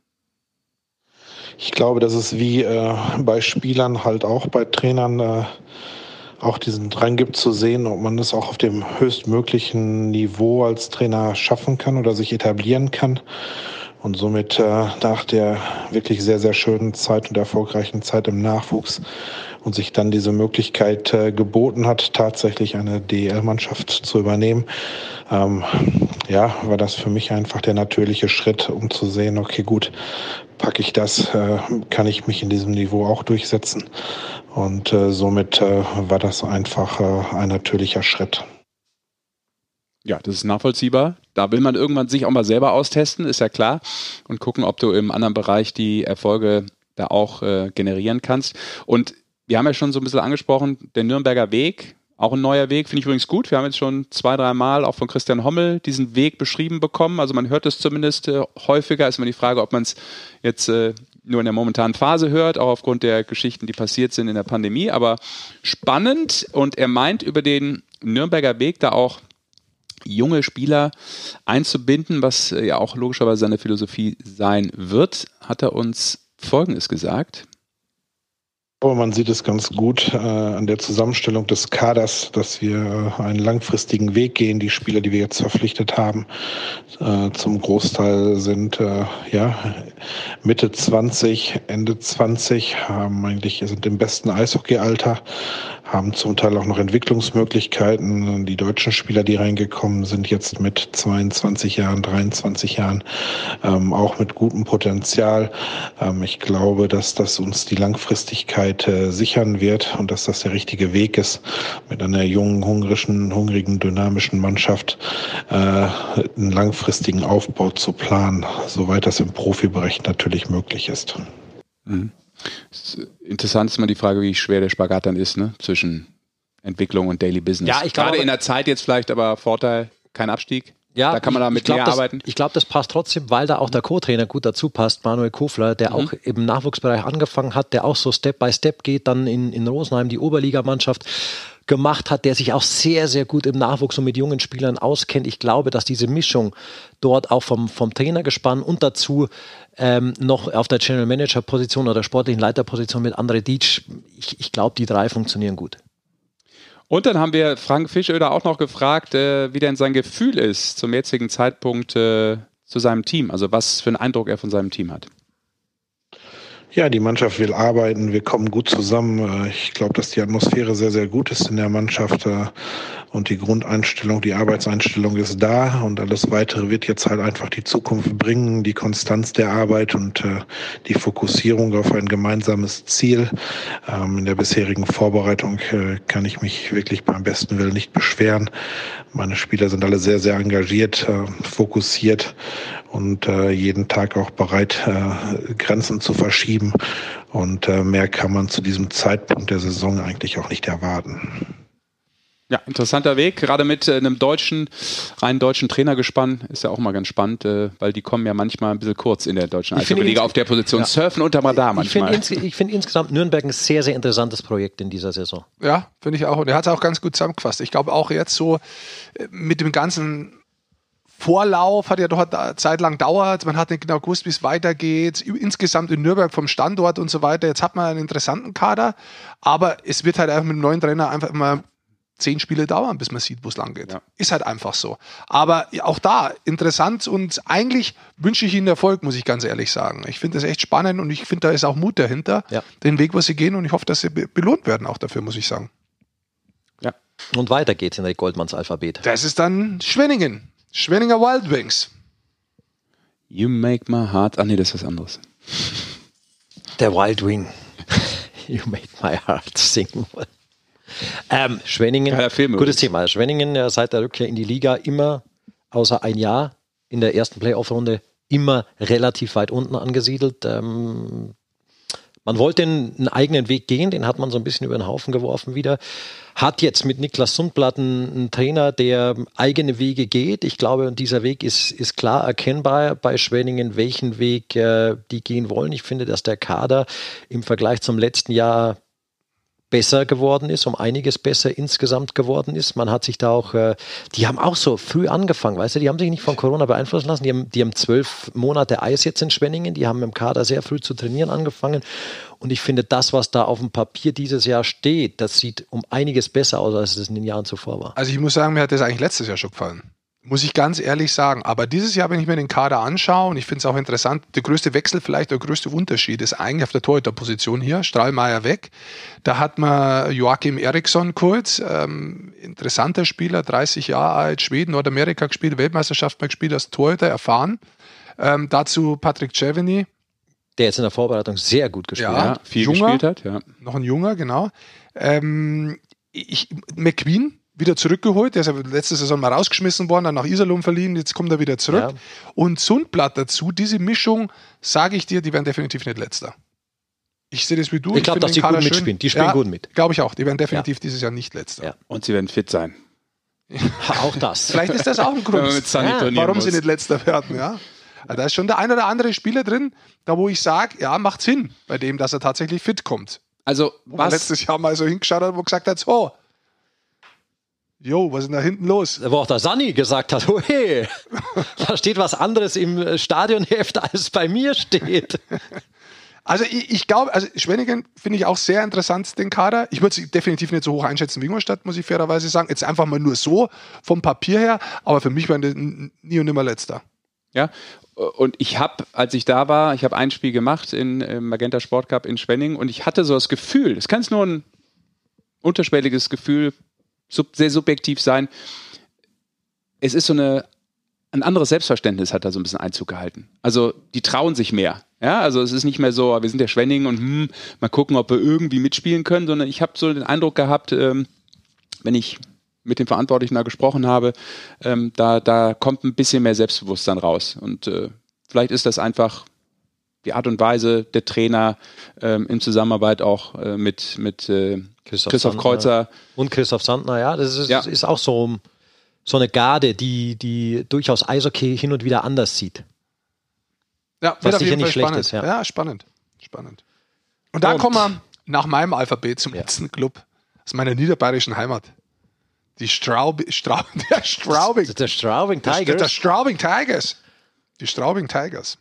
Ich glaube, dass es wie äh, bei Spielern halt auch bei Trainern äh, auch diesen Drang gibt zu sehen, ob man das auch auf dem höchstmöglichen Niveau als Trainer schaffen kann oder sich etablieren kann. Und somit äh, nach der wirklich sehr, sehr schönen Zeit und erfolgreichen Zeit im Nachwuchs und sich dann diese Möglichkeit äh, geboten hat, tatsächlich eine D E L-Mannschaft zu übernehmen, ähm, ja, war das für mich einfach der natürliche Schritt, um zu sehen, okay, gut, packe ich das, äh, kann ich mich in diesem Niveau auch durchsetzen. Und äh, somit äh, war das einfach äh, ein natürlicher Schritt. Ja, das ist nachvollziehbar. Da will man irgendwann sich auch mal selber austesten, ist ja klar. Und gucken, ob du im anderen Bereich die Erfolge da auch äh, generieren kannst. Und wir haben ja schon so ein bisschen angesprochen, der Nürnberger Weg, Auch ein neuer Weg, finde ich übrigens gut. Wir haben jetzt schon zwei, drei Mal auch von Christian Hommel diesen Weg beschrieben bekommen. Also man hört es zumindest äh, häufiger. Ist immer die Frage, ob man es jetzt äh, nur in der momentanen Phase hört, auch aufgrund der Geschichten, die passiert sind in der Pandemie. Aber spannend, und er meint, über den Nürnberger Weg da auch junge Spieler einzubinden, was äh, ja auch logischerweise seine Philosophie sein wird, hat er uns Folgendes gesagt. Aber man sieht es ganz gut äh, an der Zusammenstellung des Kaders, dass wir äh, einen langfristigen Weg gehen. Die Spieler, die wir jetzt verpflichtet haben, äh, zum Großteil sind äh, ja Mitte zwanzig, Ende zwanzig, haben eigentlich sind im besten Eishockeyalter, haben zum Teil auch noch Entwicklungsmöglichkeiten. Die deutschen Spieler, die reingekommen sind, jetzt mit zweiundzwanzig Jahren, dreiundzwanzig Jahren, ähm, auch mit gutem Potenzial. Ähm, ich glaube, dass das uns die Langfristigkeit sichern wird und dass das der richtige Weg ist, mit einer jungen, hungrischen, hungrigen, dynamischen Mannschaft äh, einen langfristigen Aufbau zu planen, soweit das im Profibereich natürlich möglich ist. Mhm. Interessant ist immer die Frage, wie schwer der Spagat dann ist, ne? Zwischen Entwicklung und Daily Business. Ja, ich glaube, gerade in der Zeit jetzt vielleicht, aber Vorteil, kein Abstieg. Ja, da kann man da mit mehr das, arbeiten. Ich glaube, das passt trotzdem, weil da auch der Co-Trainer gut dazu passt, Manuel Kofler, der mhm. auch im Nachwuchsbereich angefangen hat, der auch so Step by Step geht, dann in, in Rosenheim die Oberligamannschaft gemacht hat, der sich auch sehr, sehr gut im Nachwuchs und mit jungen Spielern auskennt. Ich glaube, dass diese Mischung dort auch vom, vom Trainergespann und dazu ähm, noch auf der General Manager Position oder sportlichen Leiterposition mit André Dietsch, ich, ich glaube, die drei funktionieren gut. Und dann haben wir Frank Fischöder auch noch gefragt, äh, wie denn sein Gefühl ist zum jetzigen Zeitpunkt äh, zu seinem Team. Also was für einen Eindruck er von seinem Team hat. Ja, die Mannschaft will arbeiten, wir kommen gut zusammen. Ich glaube, dass die Atmosphäre sehr, sehr gut ist in der Mannschaft und die Grundeinstellung, die Arbeitseinstellung ist da und alles Weitere wird jetzt halt einfach die Zukunft bringen, die Konstanz der Arbeit und die Fokussierung auf ein gemeinsames Ziel. In der bisherigen Vorbereitung kann ich mich wirklich beim besten Willen nicht beschweren. Meine Spieler sind alle sehr, sehr engagiert, fokussiert und jeden Tag auch bereit, Grenzen zu verschieben. Und äh, mehr kann man zu diesem Zeitpunkt der Saison eigentlich auch nicht erwarten. Ja, interessanter Weg, gerade mit äh, einem deutschen, rein deutschen Trainergespann ist ja auch mal ganz spannend, äh, weil die kommen ja manchmal ein bisschen kurz in der deutschen Eishockey-Liga auf der Position, ja. Surfen unterm Radar manchmal. Ich finde ins, find insgesamt Nürnberg ein sehr, sehr interessantes Projekt in dieser Saison. Ja, finde ich auch. Und er hat es auch ganz gut zusammengefasst. Ich glaube auch jetzt so äh, mit dem ganzen Vorlauf hat ja doch eine Zeit lang dauert. Man hat nicht genau gewusst, wie es weitergeht. Insgesamt in Nürnberg vom Standort und so weiter. Jetzt hat man einen interessanten Kader, aber es wird halt einfach mit dem neuen Trainer einfach immer zehn Spiele dauern, bis man sieht, wo es lang geht. Ja. Ist halt einfach so. Aber auch da interessant und eigentlich wünsche ich Ihnen Erfolg, muss ich ganz ehrlich sagen. Ich finde das echt spannend und ich finde, da ist auch Mut dahinter, ja. den Weg, was Sie gehen, und ich hoffe, dass Sie belohnt werden auch dafür, muss ich sagen. Ja. Und weiter geht's in Rick Goldmanns Alphabet. Das ist dann Schwenningen. Schwenninger Wild Wings. You make my heart... Ach nee, das ist was anderes. Der Wild Wing. You make my heart sing. Ähm, Schwenningen, gutes Thema. Schwenningen ja, seit der Rückkehr in die Liga immer, außer ein Jahr, in der ersten Playoff-Runde immer relativ weit unten angesiedelt. Ähm, Man wollte einen eigenen Weg gehen, den hat man so ein bisschen über den Haufen geworfen wieder. Hat jetzt mit Niklas Sundblatt einen, einen Trainer, der eigene Wege geht. Ich glaube, dieser Weg ist, ist klar erkennbar bei Schwenningen, welchen Weg äh, die gehen wollen. Ich finde, dass der Kader im Vergleich zum letzten Jahr besser geworden ist, um einiges besser insgesamt geworden ist. Man hat sich da auch, äh, die haben auch so früh angefangen, weißt du, die haben sich nicht von Corona beeinflussen lassen, die haben, die haben zwölf Monate Eis jetzt in Schwenningen, die haben im Kader sehr früh zu trainieren angefangen und ich finde, das, was da auf dem Papier dieses Jahr steht, das sieht um einiges besser aus, als es in den Jahren zuvor war. Also ich muss sagen, mir hat das eigentlich letztes Jahr schon gefallen. Muss ich ganz ehrlich sagen. Aber dieses Jahr, wenn ich mir den Kader anschaue, und ich finde es auch interessant, der größte Wechsel, vielleicht der größte Unterschied ist eigentlich auf der Torhüterposition hier, Strahlmeier weg. Da hat man Joachim Eriksson kurz, ähm, interessanter Spieler, dreißig Jahre alt, Schweden, Nordamerika gespielt, Weltmeisterschaft mal gespielt, als Torhüter erfahren. Ähm, dazu Patrick Czerveny. Der jetzt in der Vorbereitung sehr gut gespielt ja, hat. Viel junger, gespielt hat, ja. Noch ein Junger, genau. Ähm, ich, McQueen, wieder zurückgeholt, der ist ja letzte Saison mal rausgeschmissen worden, dann nach Iserlohn verliehen, jetzt kommt er wieder zurück. Ja. Und Sundblatt dazu, diese Mischung, sage ich dir, die werden definitiv nicht letzter. Ich sehe das wie du. Ich glaube, dass die gut mitspielen. Die spielen ja, gut mit. Glaube ich auch. Die werden definitiv ja. dieses Jahr nicht Letzter. Ja. Und sie werden fit sein. Auch das. Vielleicht ist das auch ein Grund, ja, warum muss. sie nicht Letzter werden. Ja? Also da ist schon der ein oder andere Spieler drin, da wo ich sage, ja, macht Sinn bei dem, dass er tatsächlich fit kommt. Also, wo was? letztes Jahr mal so hingeschaut hat, wo gesagt hat, so, jo, was ist denn da hinten los? Wo auch der Sani gesagt hat, oh hey, da steht was anderes im Stadionheft, als bei mir steht. Also ich, ich glaube, also Schwenningen finde ich auch sehr interessant, den Kader. Ich würde sie definitiv nicht so hoch einschätzen wie Ingolstadt, muss ich fairerweise sagen. Jetzt einfach mal nur so vom Papier her, aber für mich waren die nie und nimmer Letzter. Ja, und ich habe, als ich da war, ich habe ein Spiel gemacht in, im Magenta Sport Cup in Schwenningen und ich hatte so das Gefühl, es kann es nur ein unterschwelliges Gefühl, sub, sehr subjektiv sein, es ist so eine, ein anderes Selbstverständnis hat da so ein bisschen Einzug gehalten. Also die trauen sich mehr. Ja, also es ist nicht mehr so, wir sind der Schwenningen und hm, mal gucken, ob wir irgendwie mitspielen können, sondern ich habe so den Eindruck gehabt, ähm, wenn ich mit dem Verantwortlichen da gesprochen habe, ähm, da, da kommt ein bisschen mehr Selbstbewusstsein raus. Und äh, vielleicht ist das einfach die Art und Weise der Trainer ähm, in Zusammenarbeit auch äh, mit, mit äh, Christoph, Christoph Kreuzer. Und Christoph Sandner, ja, das ist, ja. ist auch so, so eine Garde, die, die durchaus Eishockey hin und wieder anders sieht. Ja, was sicher nicht schlecht spannend. ist. Ja. ja, spannend. spannend. Und dann und. kommen wir nach meinem Alphabet zum ja. letzten Club aus meiner niederbayerischen Heimat. Die Straub, Straub, der Straubing. Der Straubing Tigers. Der, der Straubing Tigers. Die Straubing Tigers.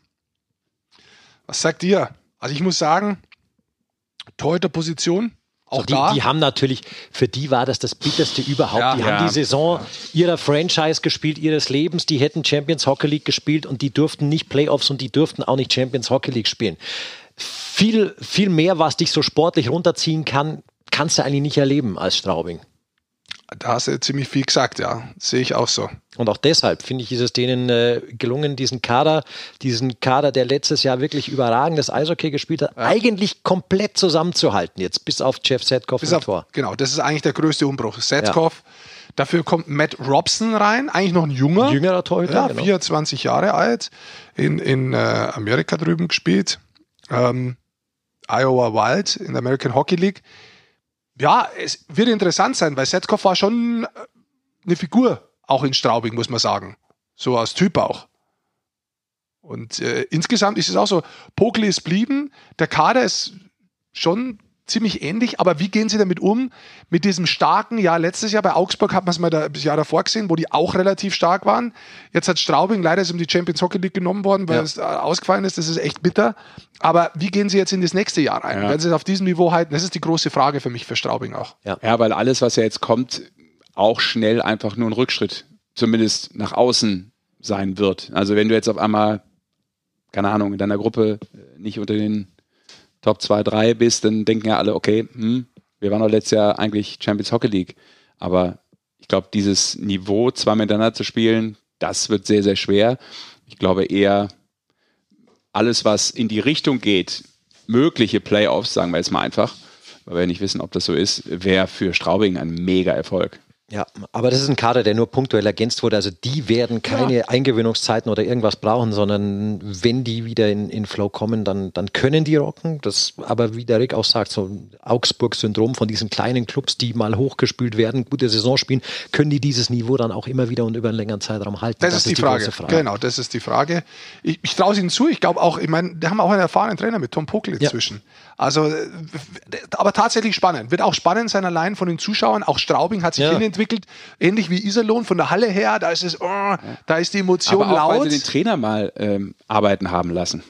Was sagt ihr? Also ich muss sagen, Torhüterposition, auch so, die, da. Die haben natürlich, für die war das das Bitterste überhaupt. Ja, die ja. haben die Saison ihrer Franchise gespielt, ihres Lebens. Die hätten Champions Hockey League gespielt und die durften nicht Playoffs und die durften auch nicht Champions Hockey League spielen. Viel, viel mehr, was dich so sportlich runterziehen kann, kannst du eigentlich nicht erleben als Straubing. Da hast du ziemlich viel gesagt, ja. Sehe ich auch so. Und auch deshalb, finde ich, ist es denen äh, gelungen, diesen Kader, diesen Kader, der letztes Jahr wirklich überragendes Eishockey gespielt hat, ja. eigentlich komplett zusammenzuhalten jetzt, bis auf Jeff Setkov im Tor. Genau, das ist eigentlich der größte Umbruch. Setkov, ja. Dafür kommt Matt Robson rein, eigentlich noch ein junger. Ein jüngerer Torhüter, ja, genau. vierundzwanzig Jahre alt, in, in äh, Amerika drüben gespielt. Ähm, Iowa Wild in der American Hockey League. Ja, es wird interessant sein, weil Setkov war schon eine Figur, auch in Straubing, muss man sagen. So als Typ auch. Und äh, insgesamt ist es auch so, Pokl ist blieben, der Kader ist schon ziemlich ähnlich, aber wie gehen sie damit um? Mit diesem starken, ja, letztes Jahr bei Augsburg hat man es mal da, das Jahr davor gesehen, wo die auch relativ stark waren. Jetzt hat Straubing leider ist um die Champions Hockey League genommen worden, weil ja. es ausgefallen ist. Das ist echt bitter. Aber wie gehen sie jetzt in das nächste Jahr ein? Ja. Werden sie es auf diesem Niveau halten? Das ist die große Frage für mich, für Straubing auch. Ja, ja, weil alles, was ja jetzt kommt, auch schnell einfach nur ein Rückschritt, zumindest nach außen sein wird. Also wenn du jetzt auf einmal, keine Ahnung, in deiner Gruppe nicht unter den Top zwei, drei bist, dann denken ja alle, okay, hm, wir waren doch letztes Jahr eigentlich Champions Hockey League. Aber ich glaube, dieses Niveau zwei miteinander zu spielen, das wird sehr, sehr schwer. Ich glaube eher, alles, was in die Richtung geht, mögliche Playoffs, sagen wir jetzt mal einfach, weil wir nicht wissen, ob das so ist, wäre für Straubing ein Mega-Erfolg. Ja, aber das ist ein Kader, der nur punktuell ergänzt wurde. Also die werden keine ja. Eingewöhnungszeiten oder irgendwas brauchen, sondern wenn die wieder in, in Flow kommen, dann, dann können die rocken. Das, aber wie der Rick auch sagt, so ein Augsburg-Syndrom von diesen kleinen Clubs, die mal hochgespült werden, gute Saison spielen, können die dieses Niveau dann auch immer wieder und über einen längeren Zeitraum halten? Das, das ist die, die Frage. große Frage. Genau, das ist die Frage. Ich, ich traue es ihnen zu. Ich glaube auch, ich meine, die haben auch einen erfahrenen Trainer mit Tom Pokl inzwischen. Ja. Also, aber tatsächlich spannend. Wird auch spannend sein allein von den Zuschauern. Auch Straubing hat sich ja. hinentwickelt. Ähnlich wie Iserlohn von der Halle her. Da ist es, oh, ja. da ist die Emotion aber auch, laut. Weil sie den Trainer mal ähm, arbeiten haben lassen.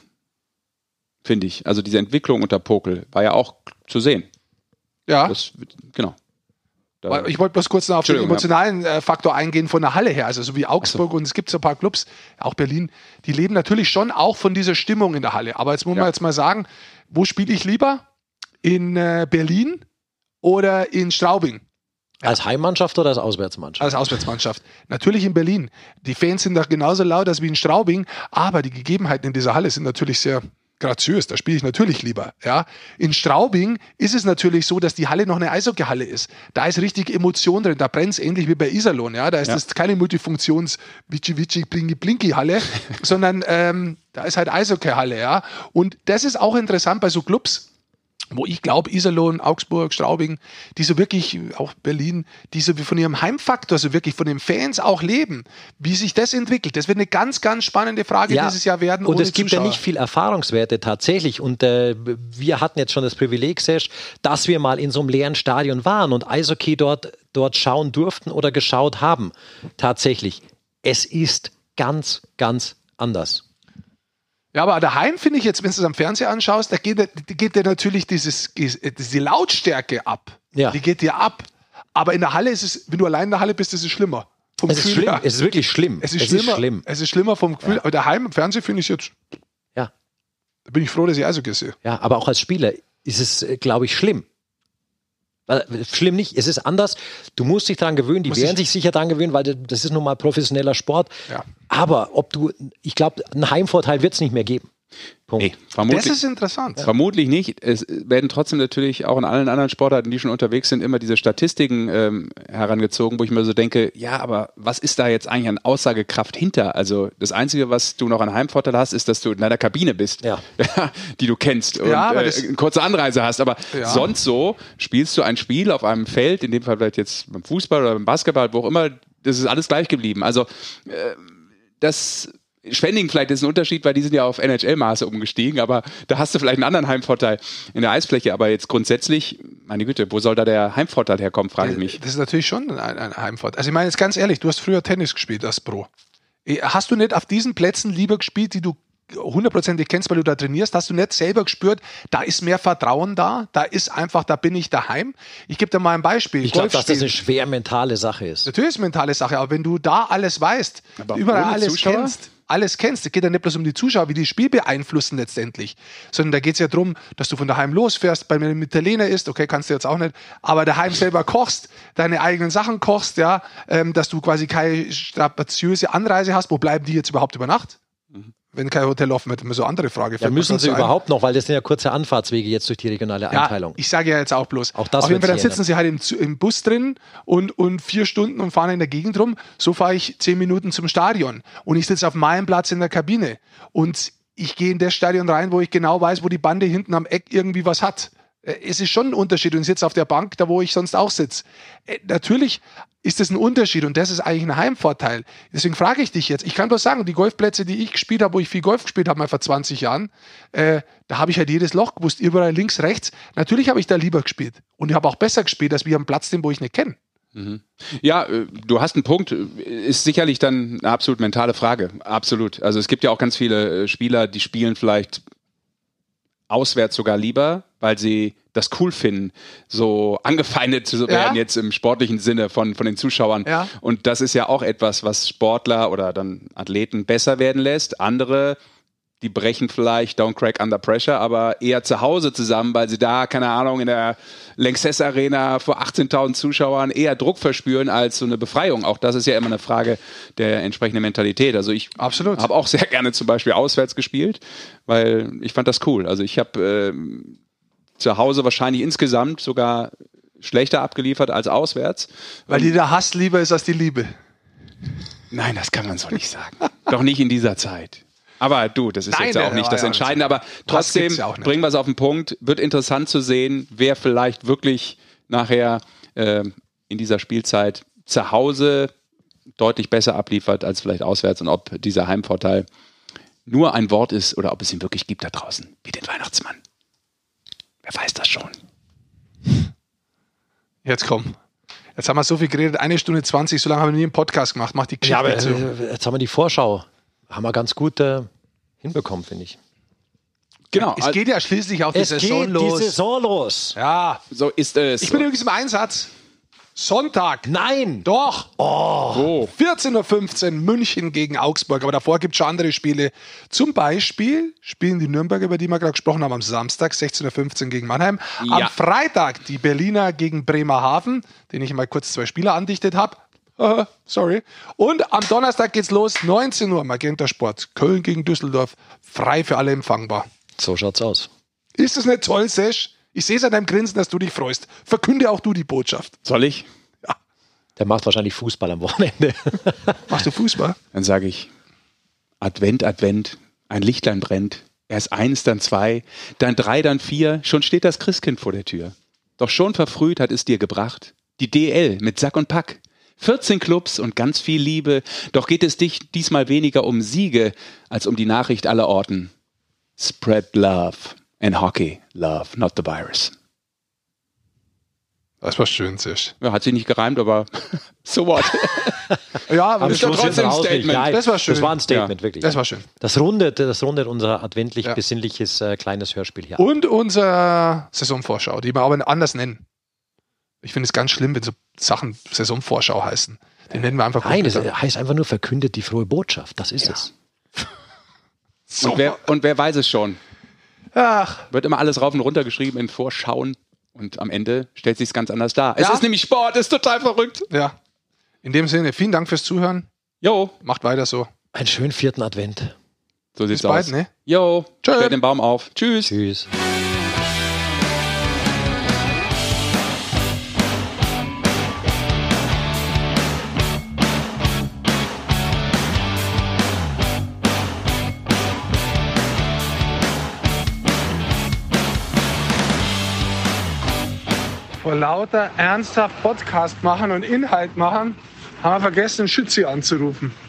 Finde ich. Also diese Entwicklung unter Pokl war ja auch zu sehen. Ja. Das, genau. Da ich wollte bloß kurz noch auf den emotionalen äh, Faktor eingehen von der Halle her. Also so wie Augsburg so. Und es gibt so ein paar Clubs, auch Berlin, die leben natürlich schon auch von dieser Stimmung in der Halle. Aber jetzt muss ja. man jetzt mal sagen, wo spiele ich lieber? In äh, Berlin oder in Straubing? Als Heimmannschaft oder als Auswärtsmannschaft? Als Auswärtsmannschaft. Natürlich in Berlin. Die Fans sind da genauso laut als wie in Straubing, aber die Gegebenheiten in dieser Halle sind natürlich sehr graziös. Da spiele ich natürlich lieber. Ja. In Straubing ist es natürlich so, dass die Halle noch eine Eishockeyhalle ist. Da ist richtig Emotion drin. Da brennt es ähnlich wie bei Iserlohn. Ja. Da ist ja. das keine Multifunktions Vici Vici Blinky Blinky Halle, sondern ähm, da ist halt Eishockeyhalle. Ja. Und das ist auch interessant bei so Clubs. wo ich glaube, Iserlohn, Augsburg, Straubing, die so wirklich, auch Berlin, die so von ihrem Heimfaktor, so wirklich von den Fans auch leben, wie sich das entwickelt. Das wird eine ganz, ganz spannende Frage ja, dieses Jahr werden. Und ohne es gibt Zuschauer. ja nicht viel Erfahrungswerte tatsächlich. Und äh, wir hatten jetzt schon das Privileg, Sesh, dass wir mal in so einem leeren Stadion waren und Eishockey dort, dort schauen durften oder geschaut haben. Tatsächlich. Es ist ganz, ganz anders. Ja, aber daheim finde ich jetzt, wenn du es am Fernseher anschaust, da geht, da geht dir natürlich dieses, diese Lautstärke ab. Ja. Die geht dir ab. Aber in der Halle ist es, wenn du allein in der Halle bist, ist es schlimmer. Vom Es ist Gefühl schlimm. her. Es ist wirklich schlimm. Es ist, es schlimmer, ist schlimm. Es ist schlimmer vom Gefühl. Ja. Aber daheim im Fernsehen finde ich es jetzt. Ja. Da bin ich froh, dass ich Eishockey sehe. Ja, aber auch als Spieler ist es, äh, glaube ich, schlimm. Weil, schlimm nicht, es ist anders. Du musst dich daran gewöhnen, die Muss werden ich- sich sicher daran gewöhnen, weil das ist nun mal professioneller Sport. Ja. Aber ob du, ich glaube, einen Heimvorteil wird es nicht mehr geben. Punkt. Nee, vermutlich. Das ist interessant. Vermutlich nicht. Es werden trotzdem natürlich auch in allen anderen Sportarten, die schon unterwegs sind, immer diese Statistiken ähm, herangezogen, wo ich mir so denke, ja, aber was ist da jetzt eigentlich an Aussagekraft hinter? Also das Einzige, was du noch an Heimvorteil hast, ist, dass du in deiner Kabine bist, Ja. die du kennst und Ja, aber äh, das- eine kurze Anreise hast. Aber Ja. sonst so spielst du ein Spiel auf einem Feld, in dem Fall vielleicht jetzt beim Fußball oder beim Basketball, wo auch immer, das ist alles gleich geblieben. Also äh, das... Schwenningen vielleicht ist ein Unterschied, weil die sind ja auf N H L-Maße umgestiegen, aber da hast du vielleicht einen anderen Heimvorteil in der Eisfläche. Aber jetzt grundsätzlich, meine Güte, wo soll da der Heimvorteil herkommen, frage ich mich. Das ist natürlich schon ein, ein Heimvorteil. Also ich meine jetzt ganz ehrlich, du hast früher Tennis gespielt als Pro. Hast du nicht auf diesen Plätzen lieber gespielt, die du hundertprozentig kennst, weil du da trainierst, hast du nicht selber gespürt, da ist mehr Vertrauen da, da ist einfach, da bin ich daheim. Ich gebe dir mal ein Beispiel. Ich glaube, dass das Golf eine spielen. schwer mentale Sache ist. Natürlich ist es eine mentale Sache, aber wenn du da alles weißt, Aber überall ohne alles Zuschauer? kennst, alles kennst, es geht ja nicht bloß um die Zuschauer, wie die das Spiel beeinflussen letztendlich, sondern da geht es ja darum, dass du von daheim losfährst, bei einem Italiener isst, okay, kannst du jetzt auch nicht, aber daheim selber kochst, deine eigenen Sachen kochst, ja, ähm, dass du quasi keine strapaziöse Anreise hast. Wo bleiben die jetzt überhaupt über Nacht? Wenn kein Hotel offen wird, immer so eine andere Frage. Ja, Fällt mir müssen grad sie so ein. überhaupt noch, weil das sind ja kurze Anfahrtswege jetzt durch die regionale Ja, Einteilung. ich sage ja jetzt auch bloß. Auch das Auf jeden wird Fall, dann sich sitzen sie halt im, Zu- im Bus drin und, und vier Stunden und fahren in der Gegend rum. So fahre ich zehn Minuten zum Stadion. Und ich sitze auf meinem Platz in der Kabine. Und ich gehe in das Stadion rein, wo ich genau weiß, wo die Bande hinten am Eck irgendwie was hat. Äh, Es ist schon ein Unterschied. Und ich sitze auf der Bank, da wo ich sonst auch sitze. Äh, Natürlich ist das ein Unterschied und das ist eigentlich ein Heimvorteil. Deswegen frage ich dich jetzt. Ich kann bloß sagen, die Golfplätze, die ich gespielt habe, wo ich viel Golf gespielt habe, mal vor zwanzig Jahren, äh, da habe ich halt jedes Loch gewusst, überall links, rechts. Natürlich habe ich da lieber gespielt. Und ich habe auch besser gespielt, als wie am Platz, den wo ich nicht kenne. Ja, äh, du hast einen Punkt, ist sicherlich dann eine absolut mentale Frage, absolut. Also es gibt ja auch ganz viele äh, Spieler, die spielen vielleicht auswärts sogar lieber, weil sie das cool finden, so angefeindet zu werden Ja. jetzt im sportlichen Sinne von, von den Zuschauern. Ja. Und das ist ja auch etwas, was Sportler oder dann Athleten besser werden lässt. Andere, die brechen vielleicht Don't Crack Under Pressure, aber eher zu Hause zusammen, weil sie da, keine Ahnung, in der Lanxess Arena vor achtzehntausend Zuschauern eher Druck verspüren als so eine Befreiung. Auch das ist ja immer eine Frage der entsprechenden Mentalität. Also ich Absolut. habe auch sehr gerne zum Beispiel auswärts gespielt, weil ich fand das cool. Also ich habe ähm, zu Hause wahrscheinlich insgesamt sogar schlechter abgeliefert als auswärts. Weil dir der Hass lieber ist als die Liebe. Nein, das kann man so nicht sagen. Doch nicht in dieser Zeit. Aber du, das ist Nein, jetzt ja auch der nicht war das ja Entscheidende. Aber trotzdem, gibt's ja auch nicht. bringen wir es auf den Punkt. Wird interessant zu sehen, wer vielleicht wirklich nachher äh, in dieser Spielzeit zu Hause deutlich besser abliefert als vielleicht auswärts und ob dieser Heimvorteil nur ein Wort ist oder ob es ihn wirklich gibt da draußen, wie den Weihnachtsmann. Wer weiß das schon? Jetzt komm. Jetzt haben wir so viel geredet, eine Stunde zwanzig, so lange haben wir nie einen Podcast gemacht. Mach die Geschichte Ja, aber zu. äh, jetzt haben wir die Vorschau. Haben wir ganz gut äh, hinbekommen, finde ich. Genau, Es geht ja schließlich auch die Es Saison geht los. die Saison los. Ja, so ist es. ich bin übrigens im Einsatz. Sonntag. Nein! Doch. oh. vierzehn Uhr fünfzehn München gegen Augsburg. Aber davor gibt es schon andere Spiele. Zum Beispiel spielen die Nürnberger, über die wir gerade gesprochen haben, am Samstag sechzehn Uhr fünfzehn gegen Mannheim. Ja. Am Freitag die Berliner gegen Bremerhaven, den ich mal kurz zwei Spieler andichtet habe. Uh, sorry. Und am Donnerstag geht's los, neunzehn Uhr, Magenta Sport. Köln gegen Düsseldorf. Frei für alle empfangbar. So schaut's aus. Ist das nicht toll, Sesh? Ich sehe es an deinem Grinsen, dass du dich freust. Verkünde auch du die Botschaft. Soll ich? Der macht wahrscheinlich Fußball am Wochenende. Machst du Fußball? Dann sage ich, Advent, Advent, ein Lichtlein brennt, Erst eins, dann zwei, dann drei, dann vier. Schon steht das Christkind vor der Tür. Doch schon verfrüht hat es dir gebracht. Die D L mit Sack und Pack. vierzehn Clubs und ganz viel Liebe. Doch geht es dich diesmal weniger um Siege, als um die Nachricht aller Orten. Spread love. And hockey, love, not the virus. Das war schön, Sisch. Ja, hat sich nicht gereimt, aber so what? Ja, aber das, Schluss trotzdem ein Statement. Ja, das war schön. Das war ein Statement, Ja, wirklich. das war schön. Das rundet, das rundet unser adventlich Ja. besinnliches äh, kleines Hörspiel hier. Und unsere Saisonvorschau, die wir aber anders nennen. Ich finde es ganz schlimm, wenn so Sachen Saisonvorschau heißen. Den nennen wir einfach Nein, es Computer. heißt einfach nur verkündet die frohe Botschaft. Das ist Ja. es. So. Und wer, und wer weiß es schon? Ach, Wird immer alles rauf und runter geschrieben in Vorschauen und am Ende stellt sich's ganz anders dar. Es Ja. ist nämlich Sport, ist total verrückt. ja. In dem Sinne, vielen Dank fürs Zuhören. Jo, Macht weiter so. Einen schönen vierten Advent. so sieht's Bis bald, aus. ne? Jo, Tschö. stell den Baum auf. Tschüss. Tschüss. Vor lauter ernsthaft Podcast machen und Inhalt machen, haben wir vergessen, Schützi anzurufen.